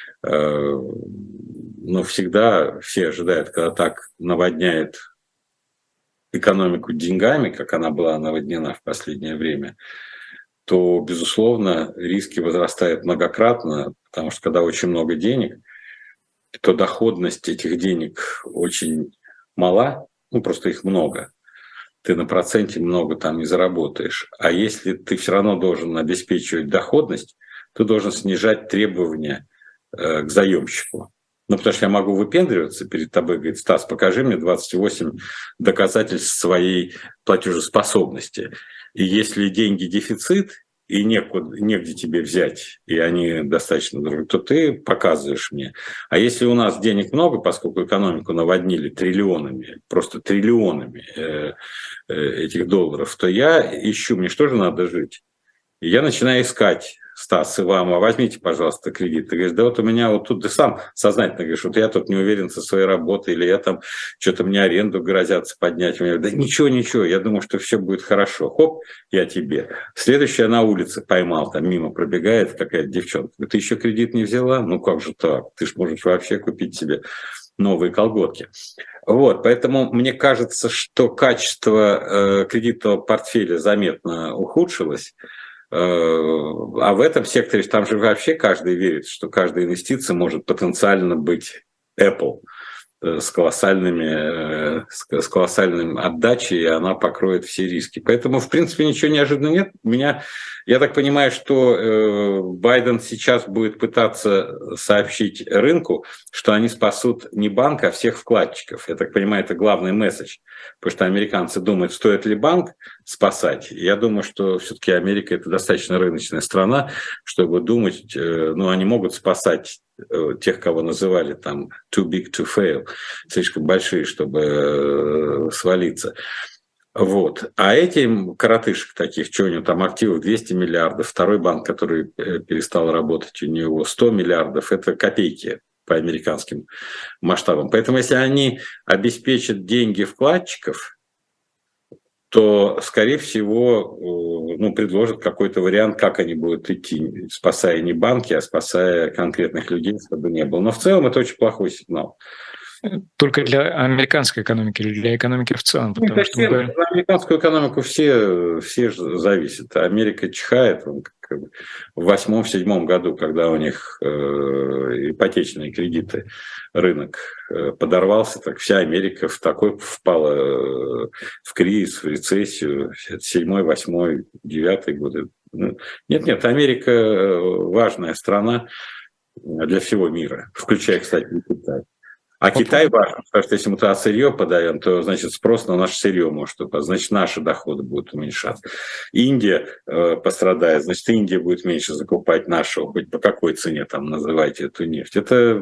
но всегда все ожидают, когда так наводняет экономику деньгами, как она была наводнена в последнее время, то, безусловно, риски возрастают многократно, потому что когда очень много денег, то доходность этих денег очень мала, ну просто их много. Ты на проценте много там не заработаешь. А если ты все равно должен обеспечивать доходность, ты должен снижать требования э, к заемщику. Ну, потому что я могу выпендриваться перед тобой, говорит: Стас, покажи мне двадцать восемь доказательств своей платежеспособности. И если деньги дефицит, и некуда, негде тебе взять, и они достаточно дорогие, то ты показываешь мне. А если у нас денег много, поскольку экономику наводнили триллионами, просто триллионами э, э, этих долларов, то я ищу, мне что же надо жить? И я начинаю искать: Стас, и вам, а возьмите, пожалуйста, кредит. Ты говоришь: да вот у меня вот тут, ты сам сознательно говоришь, вот я тут не уверен со своей работой, или я там, что-то мне аренду грозятся поднять. Мне, да ничего, ничего, я думаю, что все будет хорошо. Хоп, я тебе. Следующая на улице поймал, там мимо пробегает какая-то девчонка. Ты еще кредит не взяла? Ну как же так? Ты ж можешь вообще купить себе новые колготки. Вот, поэтому мне кажется, что качество э, кредитного портфеля заметно ухудшилось. А в этом секторе, там же вообще каждый верит, что каждая инвестиция может потенциально быть Apple с колоссальными, с колоссальным отдачей, и она покроет все риски. Поэтому, в принципе, ничего неожиданного нет. Меня, я так понимаю, что Байден сейчас будет пытаться сообщить рынку, что они спасут не банк, а всех вкладчиков. Я так понимаю, это главный месседж. Потому что американцы думают, стоит ли банк спасать. Я думаю, что все-таки Америка – это достаточно рыночная страна, чтобы думать, ну, они могут спасать тех, кого называли там too big to fail, слишком большие, чтобы свалиться. Вот. А этим коротышек таких, что у него там активов двести миллиардов, второй банк, который перестал работать, у него сто миллиардов, это копейки по американским масштабам. Поэтому если они обеспечат деньги вкладчиков, то, скорее всего, ну, предложат какой-то вариант, как они будут идти, спасая не банки, а спасая конкретных людей, чтобы не было. Но в целом это очень плохой сигнал. Только для американской экономики или для экономики в целом? Потому Нет, что мы говорим... На американскую экономику все, все же зависят. Америка чихает как бы, в восьмом, в седьмом году, когда у них э, ипотечные кредиты, рынок э, подорвался, так вся Америка в такой впала э, в кризис, в рецессию. Седьмой, восьмой, девятый годы. Нет-нет, Америка важная страна для всего мира, включая, кстати, и Китай. А Китай важен, потому что если мы туда сырье подаем, то, значит, спрос на наше сырье может упасть, значит, наши доходы будут уменьшаться. Индия э, пострадает, значит, Индия будет меньше закупать нашего, хоть по какой цене там называйте эту нефть. Это,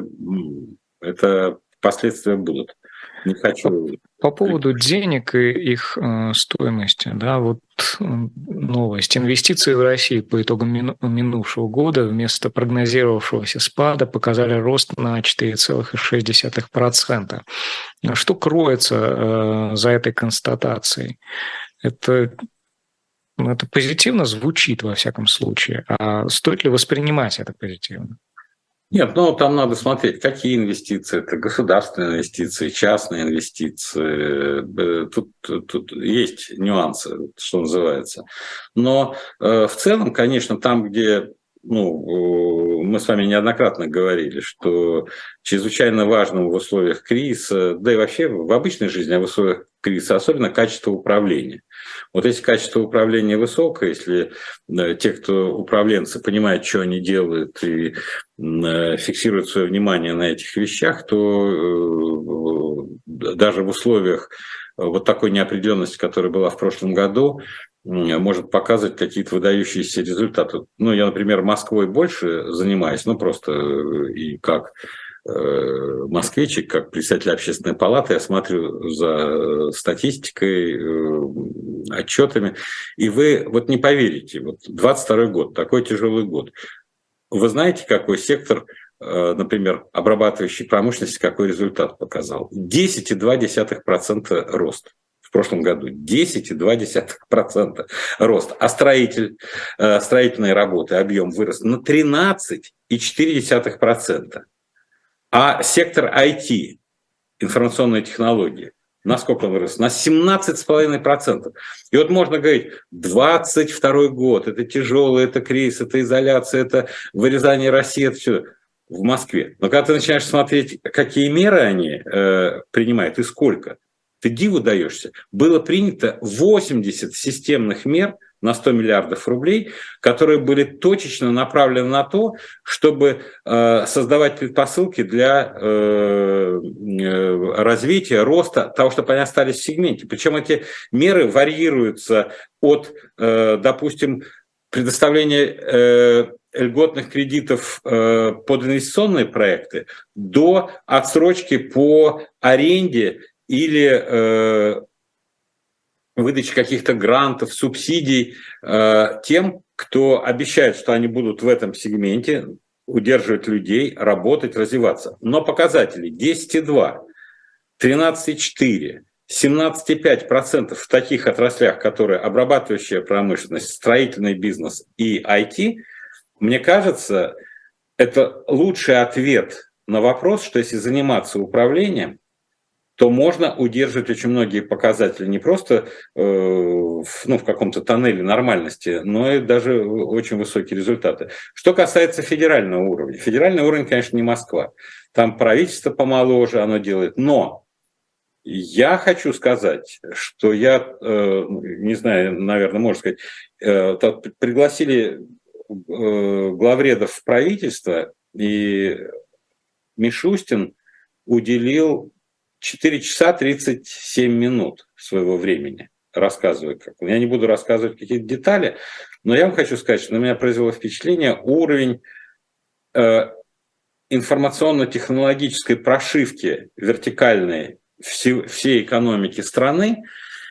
это последствия будут. Не хочу... По, по поводу денег и их э, стоимости, да, вот э, новость. Инвестиции в Россию по итогам мину, минувшего года вместо прогнозировавшегося спада показали рост на четыре целых шесть десятых процента. Что кроется э, за этой констатацией? Это, ну, это позитивно звучит во всяком случае. А стоит ли воспринимать это позитивно? Нет, ну там надо смотреть, какие инвестиции. Это государственные инвестиции, частные инвестиции. Тут, тут есть нюансы, что называется. Но э, в целом, конечно, там, где ну, мы с вами неоднократно говорили, что чрезвычайно важным в условиях кризиса, да и вообще в обычной жизни, а в условиях кризиса особенно качество управления. Вот если качество управления высокое, если да, те, кто управленцы, понимают, что они делают и э, фиксируют свое внимание на этих вещах, то э, даже в условиях вот такой неопределенности, которая была в прошлом году, может показывать какие-то выдающиеся результаты. Ну, я, например, Москвой больше занимаюсь, ну, просто и как э, москвичек, как председатель общественной палаты, я смотрю за статистикой, э, отчетами, и вы вот не поверите, вот двадцать второй год, такой тяжелый год. Вы знаете, какой сектор, э, например, обрабатывающей промышленности, какой результат показал? десять целых две десятых процента рост. В прошлом году десять целых две десятых процента рост, а строитель, э, строительные работы, объем вырос на тринадцать целых четыре десятых процента. А сектор ай ти, информационные технологии, на сколько он вырос? На семнадцать целых пять десятых процента. И вот можно говорить, двадцать второй год, это тяжелый, это кризис, это изоляция, это вырезание России, это все в Москве. Но когда ты начинаешь смотреть, какие меры они э, принимают и сколько, ты диву даешься. Было принято восемьдесят системных мер на сто миллиардов рублей, которые были точечно направлены на то, чтобы э, создавать предпосылки для э, э, развития, роста, того, чтобы они остались в сегменте. Причем эти меры варьируются от, э, допустим, предоставления э, льготных кредитов э, под инвестиционные проекты до отсрочки по аренде или э, выдачи каких-то грантов, субсидий э, тем, кто обещает, что они будут в этом сегменте удерживать людей, работать, развиваться. Но показатели десять целых два, тринадцать целых четыре, семнадцать целых пять процентов в таких отраслях, которые обрабатывающая промышленность, строительный бизнес и ай ти, мне кажется, это лучший ответ на вопрос, что если заниматься управлением, то можно удерживать очень многие показатели не просто э, в, ну, в каком-то тоннеле нормальности, но и даже очень высокие результаты. Что касается федерального уровня. Федеральный уровень, конечно, не Москва. Там правительство помоложе, оно делает. Но я хочу сказать, что я, э, не знаю, наверное, можно сказать, э, пригласили э, главредов в правительство, и Мишустин уделил четыре часа тридцать семь минут своего времени, рассказывая. Как. Я не буду рассказывать какие-то детали, но я вам хочу сказать, что на меня произвело впечатление уровень э, информационно-технологической прошивки вертикальной все, всей экономики страны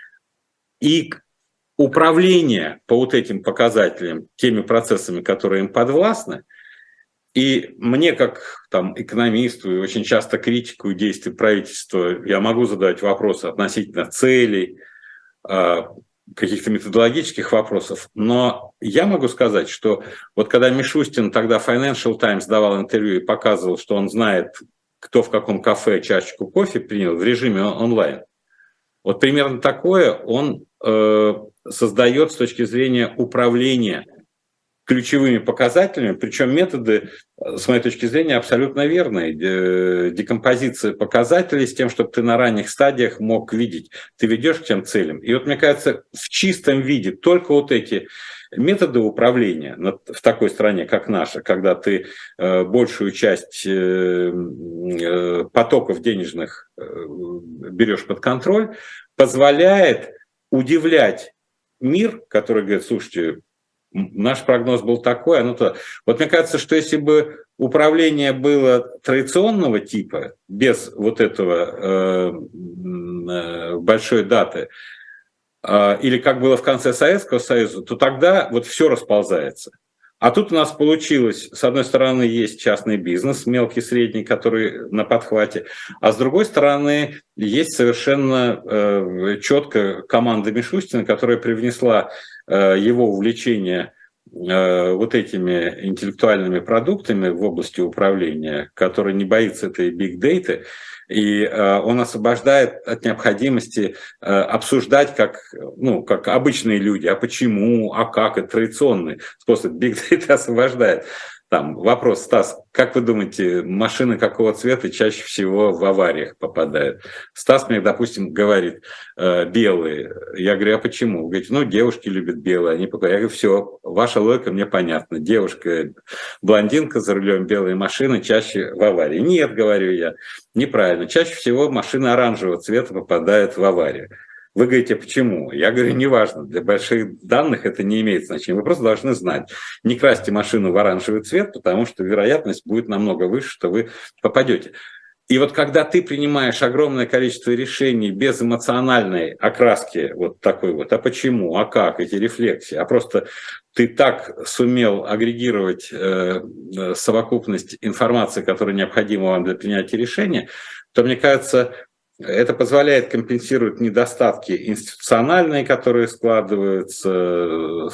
и управление по вот этим показателям, теми процессами, которые им подвластны. И мне, как там, экономисту, и очень часто критику действий правительства, я могу задать вопросы относительно целей, каких-то методологических вопросов, но я могу сказать, что вот когда Мишустин тогда Financial Times давал интервью и показывал, что он знает, кто в каком кафе чашечку кофе принял в режиме онлайн, вот примерно такое он э, создает с точки зрения управления ключевыми показателями, причем методы, с моей точки зрения, абсолютно верные. Декомпозиция показателей с тем, чтобы ты на ранних стадиях мог видеть, ты ведешь к тем целям. И вот, мне кажется, в чистом виде только вот эти методы управления в такой стране, как наша, когда ты большую часть потоков денежных берешь под контроль, позволяет удивлять мир, который говорит, слушайте, наш прогноз был такой, оно то. Вот мне кажется, что если бы управление было традиционного типа, без вот этого э, большой даты, э, или как было в конце Советского Союза, то тогда вот все расползается. А тут у нас получилось, с одной стороны, есть частный бизнес, мелкий, средний, который на подхвате, а с другой стороны, есть совершенно э, четко команда Мишустина, которая привнесла э, его увлечение э, вот этими интеллектуальными продуктами в области управления, который не боится этой биг-дейты, и э, он освобождает от необходимости э, обсуждать как, ну, как обычные люди, а почему, а как, это традиционный способ. Big Data освобождает. Там вопрос, Стас, как вы думаете, машины какого цвета чаще всего в авариях попадают? Стас мне, допустим, говорит, э, белые. Я говорю, а почему? Вы говорите, ну, девушки любят белые, они покупают. Я говорю, все, ваша логика мне понятна. Девушка, блондинка за рулем белой машины чаще в аварии. Нет, говорю я, неправильно. Чаще всего машины оранжевого цвета попадают в аварию. Вы говорите, почему? Я говорю, неважно, для больших данных это не имеет значения. Вы просто должны знать, не красьте машину в оранжевый цвет, потому что вероятность будет намного выше, что вы попадете. И вот когда ты принимаешь огромное количество решений без эмоциональной окраски, вот такой вот, а почему, а как, эти рефлексии, а просто ты так сумел агрегировать э, совокупность информации, которая необходима вам для принятия решения, то, мне кажется, это позволяет компенсировать недостатки институциональные, которые складываются,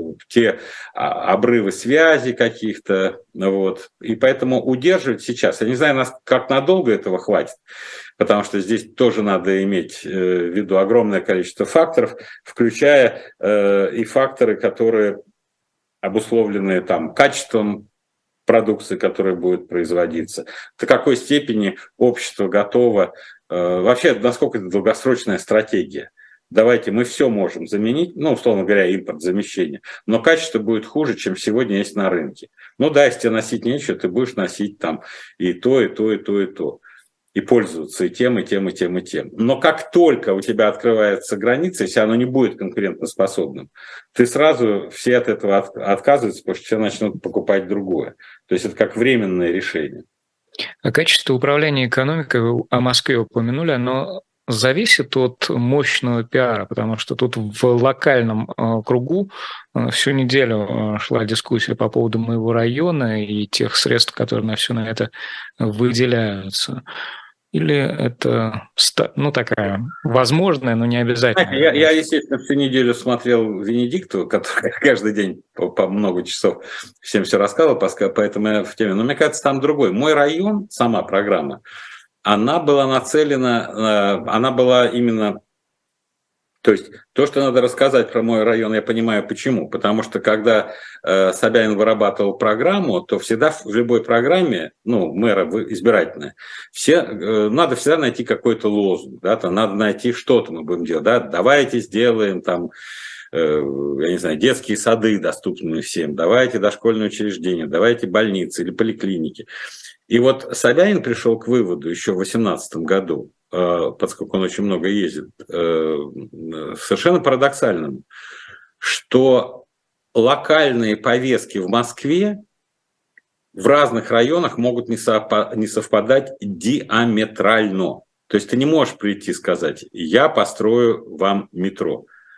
те обрывы связи каких-то. Вот. И поэтому удерживать сейчас, я не знаю, как надолго этого хватит, потому что здесь тоже надо иметь в виду огромное количество факторов, включая и факторы, которые обусловлены там, качеством продукции, которая будет производиться, до какой степени общество готово. Вообще, насколько это долгосрочная стратегия? Давайте, мы все можем заменить, ну, условно говоря, импорт, замещение, но качество будет хуже, чем сегодня есть на рынке. Ну да, если тебе носить нечего, ты будешь носить там и то, и то, и то, и то. И пользоваться и тем, и тем, и тем, и тем. Но как только у тебя открывается граница, если оно не будет конкурентоспособным, ты сразу все от этого от, отказываются, потому что все начнут покупать другое. То есть это как временное решение. А качество управления экономикой, вы о Москве упомянули, оно зависит от мощного пиара, потому что тут в локальном э, кругу э, всю неделю э, шла дискуссия по поводу моего района и тех средств, которые на все на это выделяются. Или это, ну, такая возможная, но не обязательная? Я, я, естественно, всю неделю смотрел Венедикту, который каждый день по, по много часов всем все рассказывал, поэтому я в теме. Но мне кажется, там другой. Мой район, сама программа, она была нацелена, она была именно... То есть то, что надо рассказать про мой район, я понимаю почему. Потому что когда э, Собянин вырабатывал программу, то всегда в любой программе, ну, мэра избирательная, все, э, надо всегда найти какой-то лозунг, да, там, надо найти что-то мы будем делать, да, давайте сделаем там, э, я не знаю, детские сады доступны всем, давайте дошкольные учреждения, давайте больницы или поликлиники. И вот Собянин пришел к выводу еще в две тысячи восемнадцатом году, поскольку он очень много ездит, совершенно парадоксальному, что локальные повестки в Москве в разных районах могут не совпадать диаметрально. То есть ты не можешь прийти и сказать, я построю вам метро.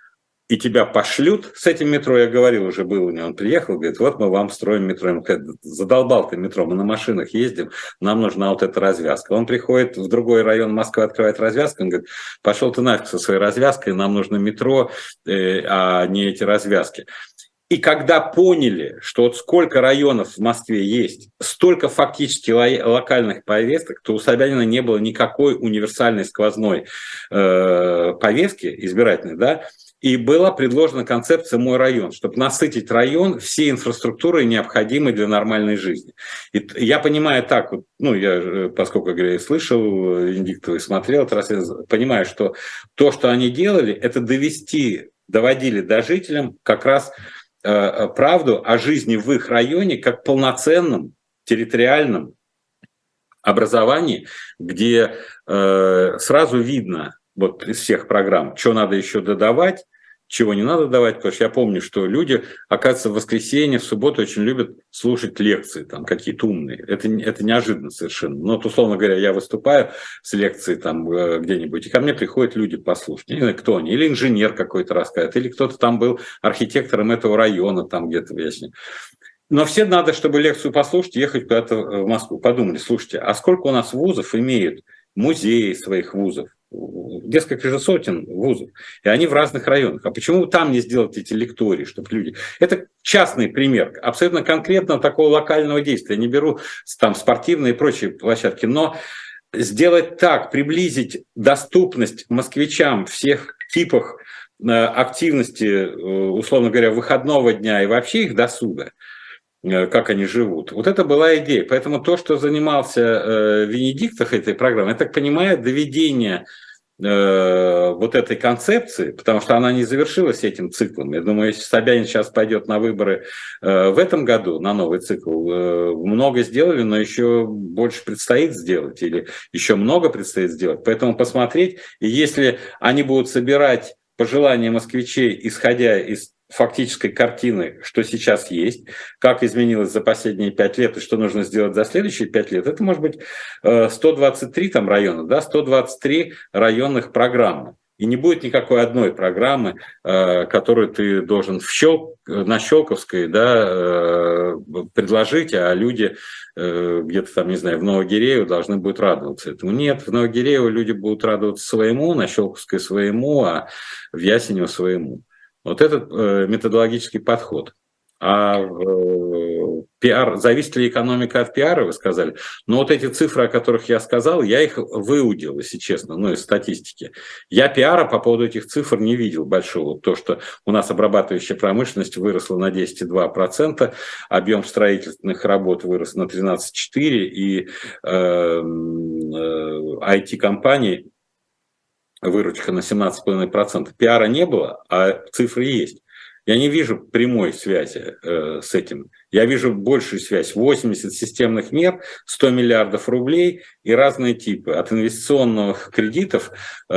и тебя пошлют с этим метро, я говорил, уже был у него, он приехал, говорит, вот мы вам строим метро. Ему говорят, задолбал ты метро, мы на машинах ездим, нам нужна вот эта развязка. Он приходит в другой район Москвы, открывает развязку, он говорит, пошел ты нафиг со своей развязкой, нам нужно метро, э, а не эти развязки. И когда поняли, что вот сколько районов в Москве есть, столько фактически локальных повесток, то у Собянина не было никакой универсальной сквозной э, повестки избирательной, да, и была предложена концепция «Мой район», чтобы насытить район всей инфраструктурой, необходимой для нормальной жизни. И я понимаю так, вот, ну, я, поскольку, говорю, слышал Венедиктова и смотрел, понимаю, что то, что они делали, это довести, доводили до жителям как раз э, правду о жизни в их районе как полноценном территориальном образовании, где э, сразу видно, вот из всех программ, что надо еще додавать, чего не надо давать, потому что я помню, что люди, оказывается, в воскресенье, в субботу очень любят слушать лекции там какие-то умные. Это, это неожиданно совершенно. Но вот, условно говоря, я выступаю с лекцией там где-нибудь, и ко мне приходят люди послушать. Не знаю, кто они. Или инженер какой-то рассказывает, или кто-то там был архитектором этого района, там где-то в Ясне. Но все надо, чтобы лекцию послушать, ехать куда-то в Москву. Подумали, слушайте, а сколько у нас вузов имеют музеи своих вузов? Несколько же сотен вузов, и они в разных районах. А почему там не сделать эти лектории, чтобы люди... Это частный пример, абсолютно конкретно такого локального действия. Я не беру там спортивные и прочие площадки, но сделать так, приблизить доступность москвичам всех типах активности, условно говоря, выходного дня и вообще их досуга, как они живут. Вот это была идея. Поэтому то, что занимался э, Венедиктов этой программой, я так понимаю, доведение э, вот этой концепции, потому что она не завершилась этим циклом. Я думаю, если Собянин сейчас пойдет на выборы э, в этом году, на новый цикл, э, много сделали, но еще больше предстоит сделать, или еще много предстоит сделать. Поэтому посмотреть, и если они будут собирать пожелания москвичей, исходя из фактической картины, что сейчас есть, как изменилось за последние пять лет и что нужно сделать за следующие пять лет, это может быть сто двадцать три там района, да, сто двадцать три районных программы. И не будет никакой одной программы, которую ты должен в щел... на Щелковской, да, предложить, а люди где-то там, не знаю, в Новогиреево должны будут радоваться этому. Нет, в Новогиреево люди будут радоваться своему, на Щелковской своему, а в Ясенево своему. Вот этот э, методологический подход. А э, пиар, зависит ли экономика от пиара, вы сказали? Но вот эти цифры, о которых я сказал, я их выудил, если честно, ну, из статистики. Я пиара по поводу этих цифр не видел большого. То, что у нас обрабатывающая промышленность выросла на десять целых два десятых процента, объем строительных работ вырос на тринадцать целых четыре десятых процента, и э, э, ай ти-компании выручка на семнадцать целых пять десятых процента. Пиара не было, а цифры есть. Я не вижу прямой связи э, с этим. Я вижу большую связь. восемьдесят системных мер, сто миллиардов рублей и разные типы. От инвестиционных кредитов э,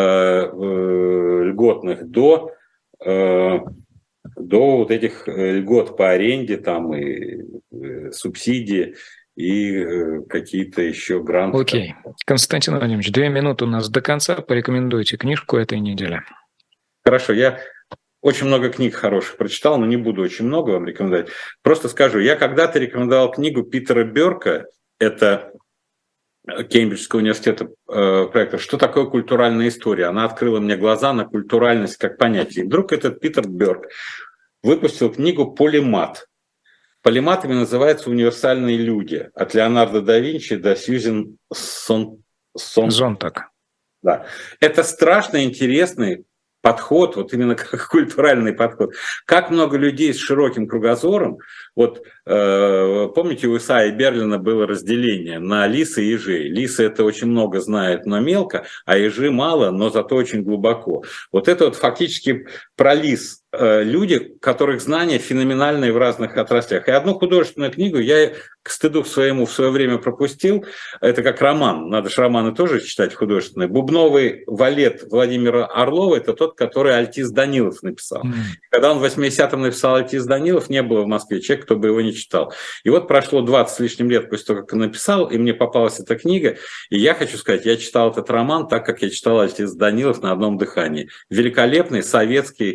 э, льготных до, э, до вот этих льгот по аренде там, и э, субсидии. И какие-то еще гранты. Окей. Константин Владимирович, две минуты у нас до конца. Порекомендуйте книжку этой недели. Хорошо. Я очень много книг хороших прочитал, но не буду очень много вам рекомендовать. Просто скажу, я когда-то рекомендовал книгу Питера Берка, это Кембриджского университета э, проекта «Что такое культуральная история?». Она открыла мне глаза на культуральность как понятие. И вдруг этот Питер Берк выпустил книгу «Полимат». Полиматами называются универсальные люди. От Леонардо да Винчи до Сьюзен Сон... Сон... Зонтак. Да. Это страшно интересный подход, вот именно как культуральный подход. Как много людей с широким кругозором. Вот э, помните, у Исаии Берлина было разделение на лисы и ежей. Лисы это очень много знают, но мелко, а ежи мало, но зато очень глубоко. Вот это вот фактически про лис. Люди, которых знания феноменальные в разных отраслях. И одну художественную книгу я к стыду своему в свое время пропустил. Это как роман. Надо же романы тоже читать художественные. «Бубновый валет» Владимира Орлова – это тот, который Альтис Данилов написал. Mm. Когда он в восьмидесятом написал Альтис Данилов, не было в Москве человека, кто бы его не читал. И вот прошло двадцать с лишним лет после того, как он написал, и мне попалась эта книга. И я хочу сказать, я читал этот роман так, как я читал Альтис Данилов на одном дыхании. Великолепный советский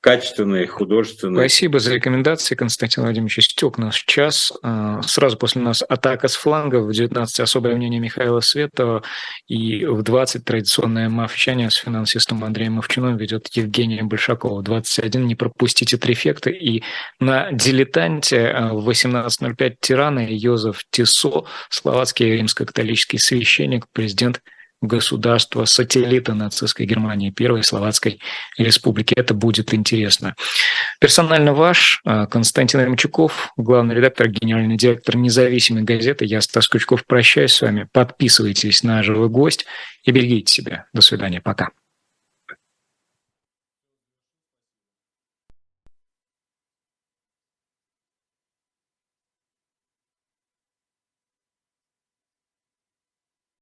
качественные, художественные. Спасибо за рекомендации, Константин Владимирович. Истек наш час. Сразу после нас атака с флангов, в девятнадцать особое мнение Михаила Светова, и в двадцать традиционное мовчание с финансистом Андреем Мовчуном ведет Евгения Большакова. В двадцать один не пропустите трефекты. И на «Дилетанте» в восемнадцать ноль пять тираны Йозеф Тисо, словацкий римско-католический священник, президент государства-сателлита нацистской Германии, Первой Словацкой Республики. Это будет интересно. Персонально ваш Константин Ремчуков, главный редактор, генеральный директор независимой газеты. Я, Стас Кучков, прощаюсь с вами. Подписывайтесь на «Живой гость» и берегите себя. До свидания. Пока.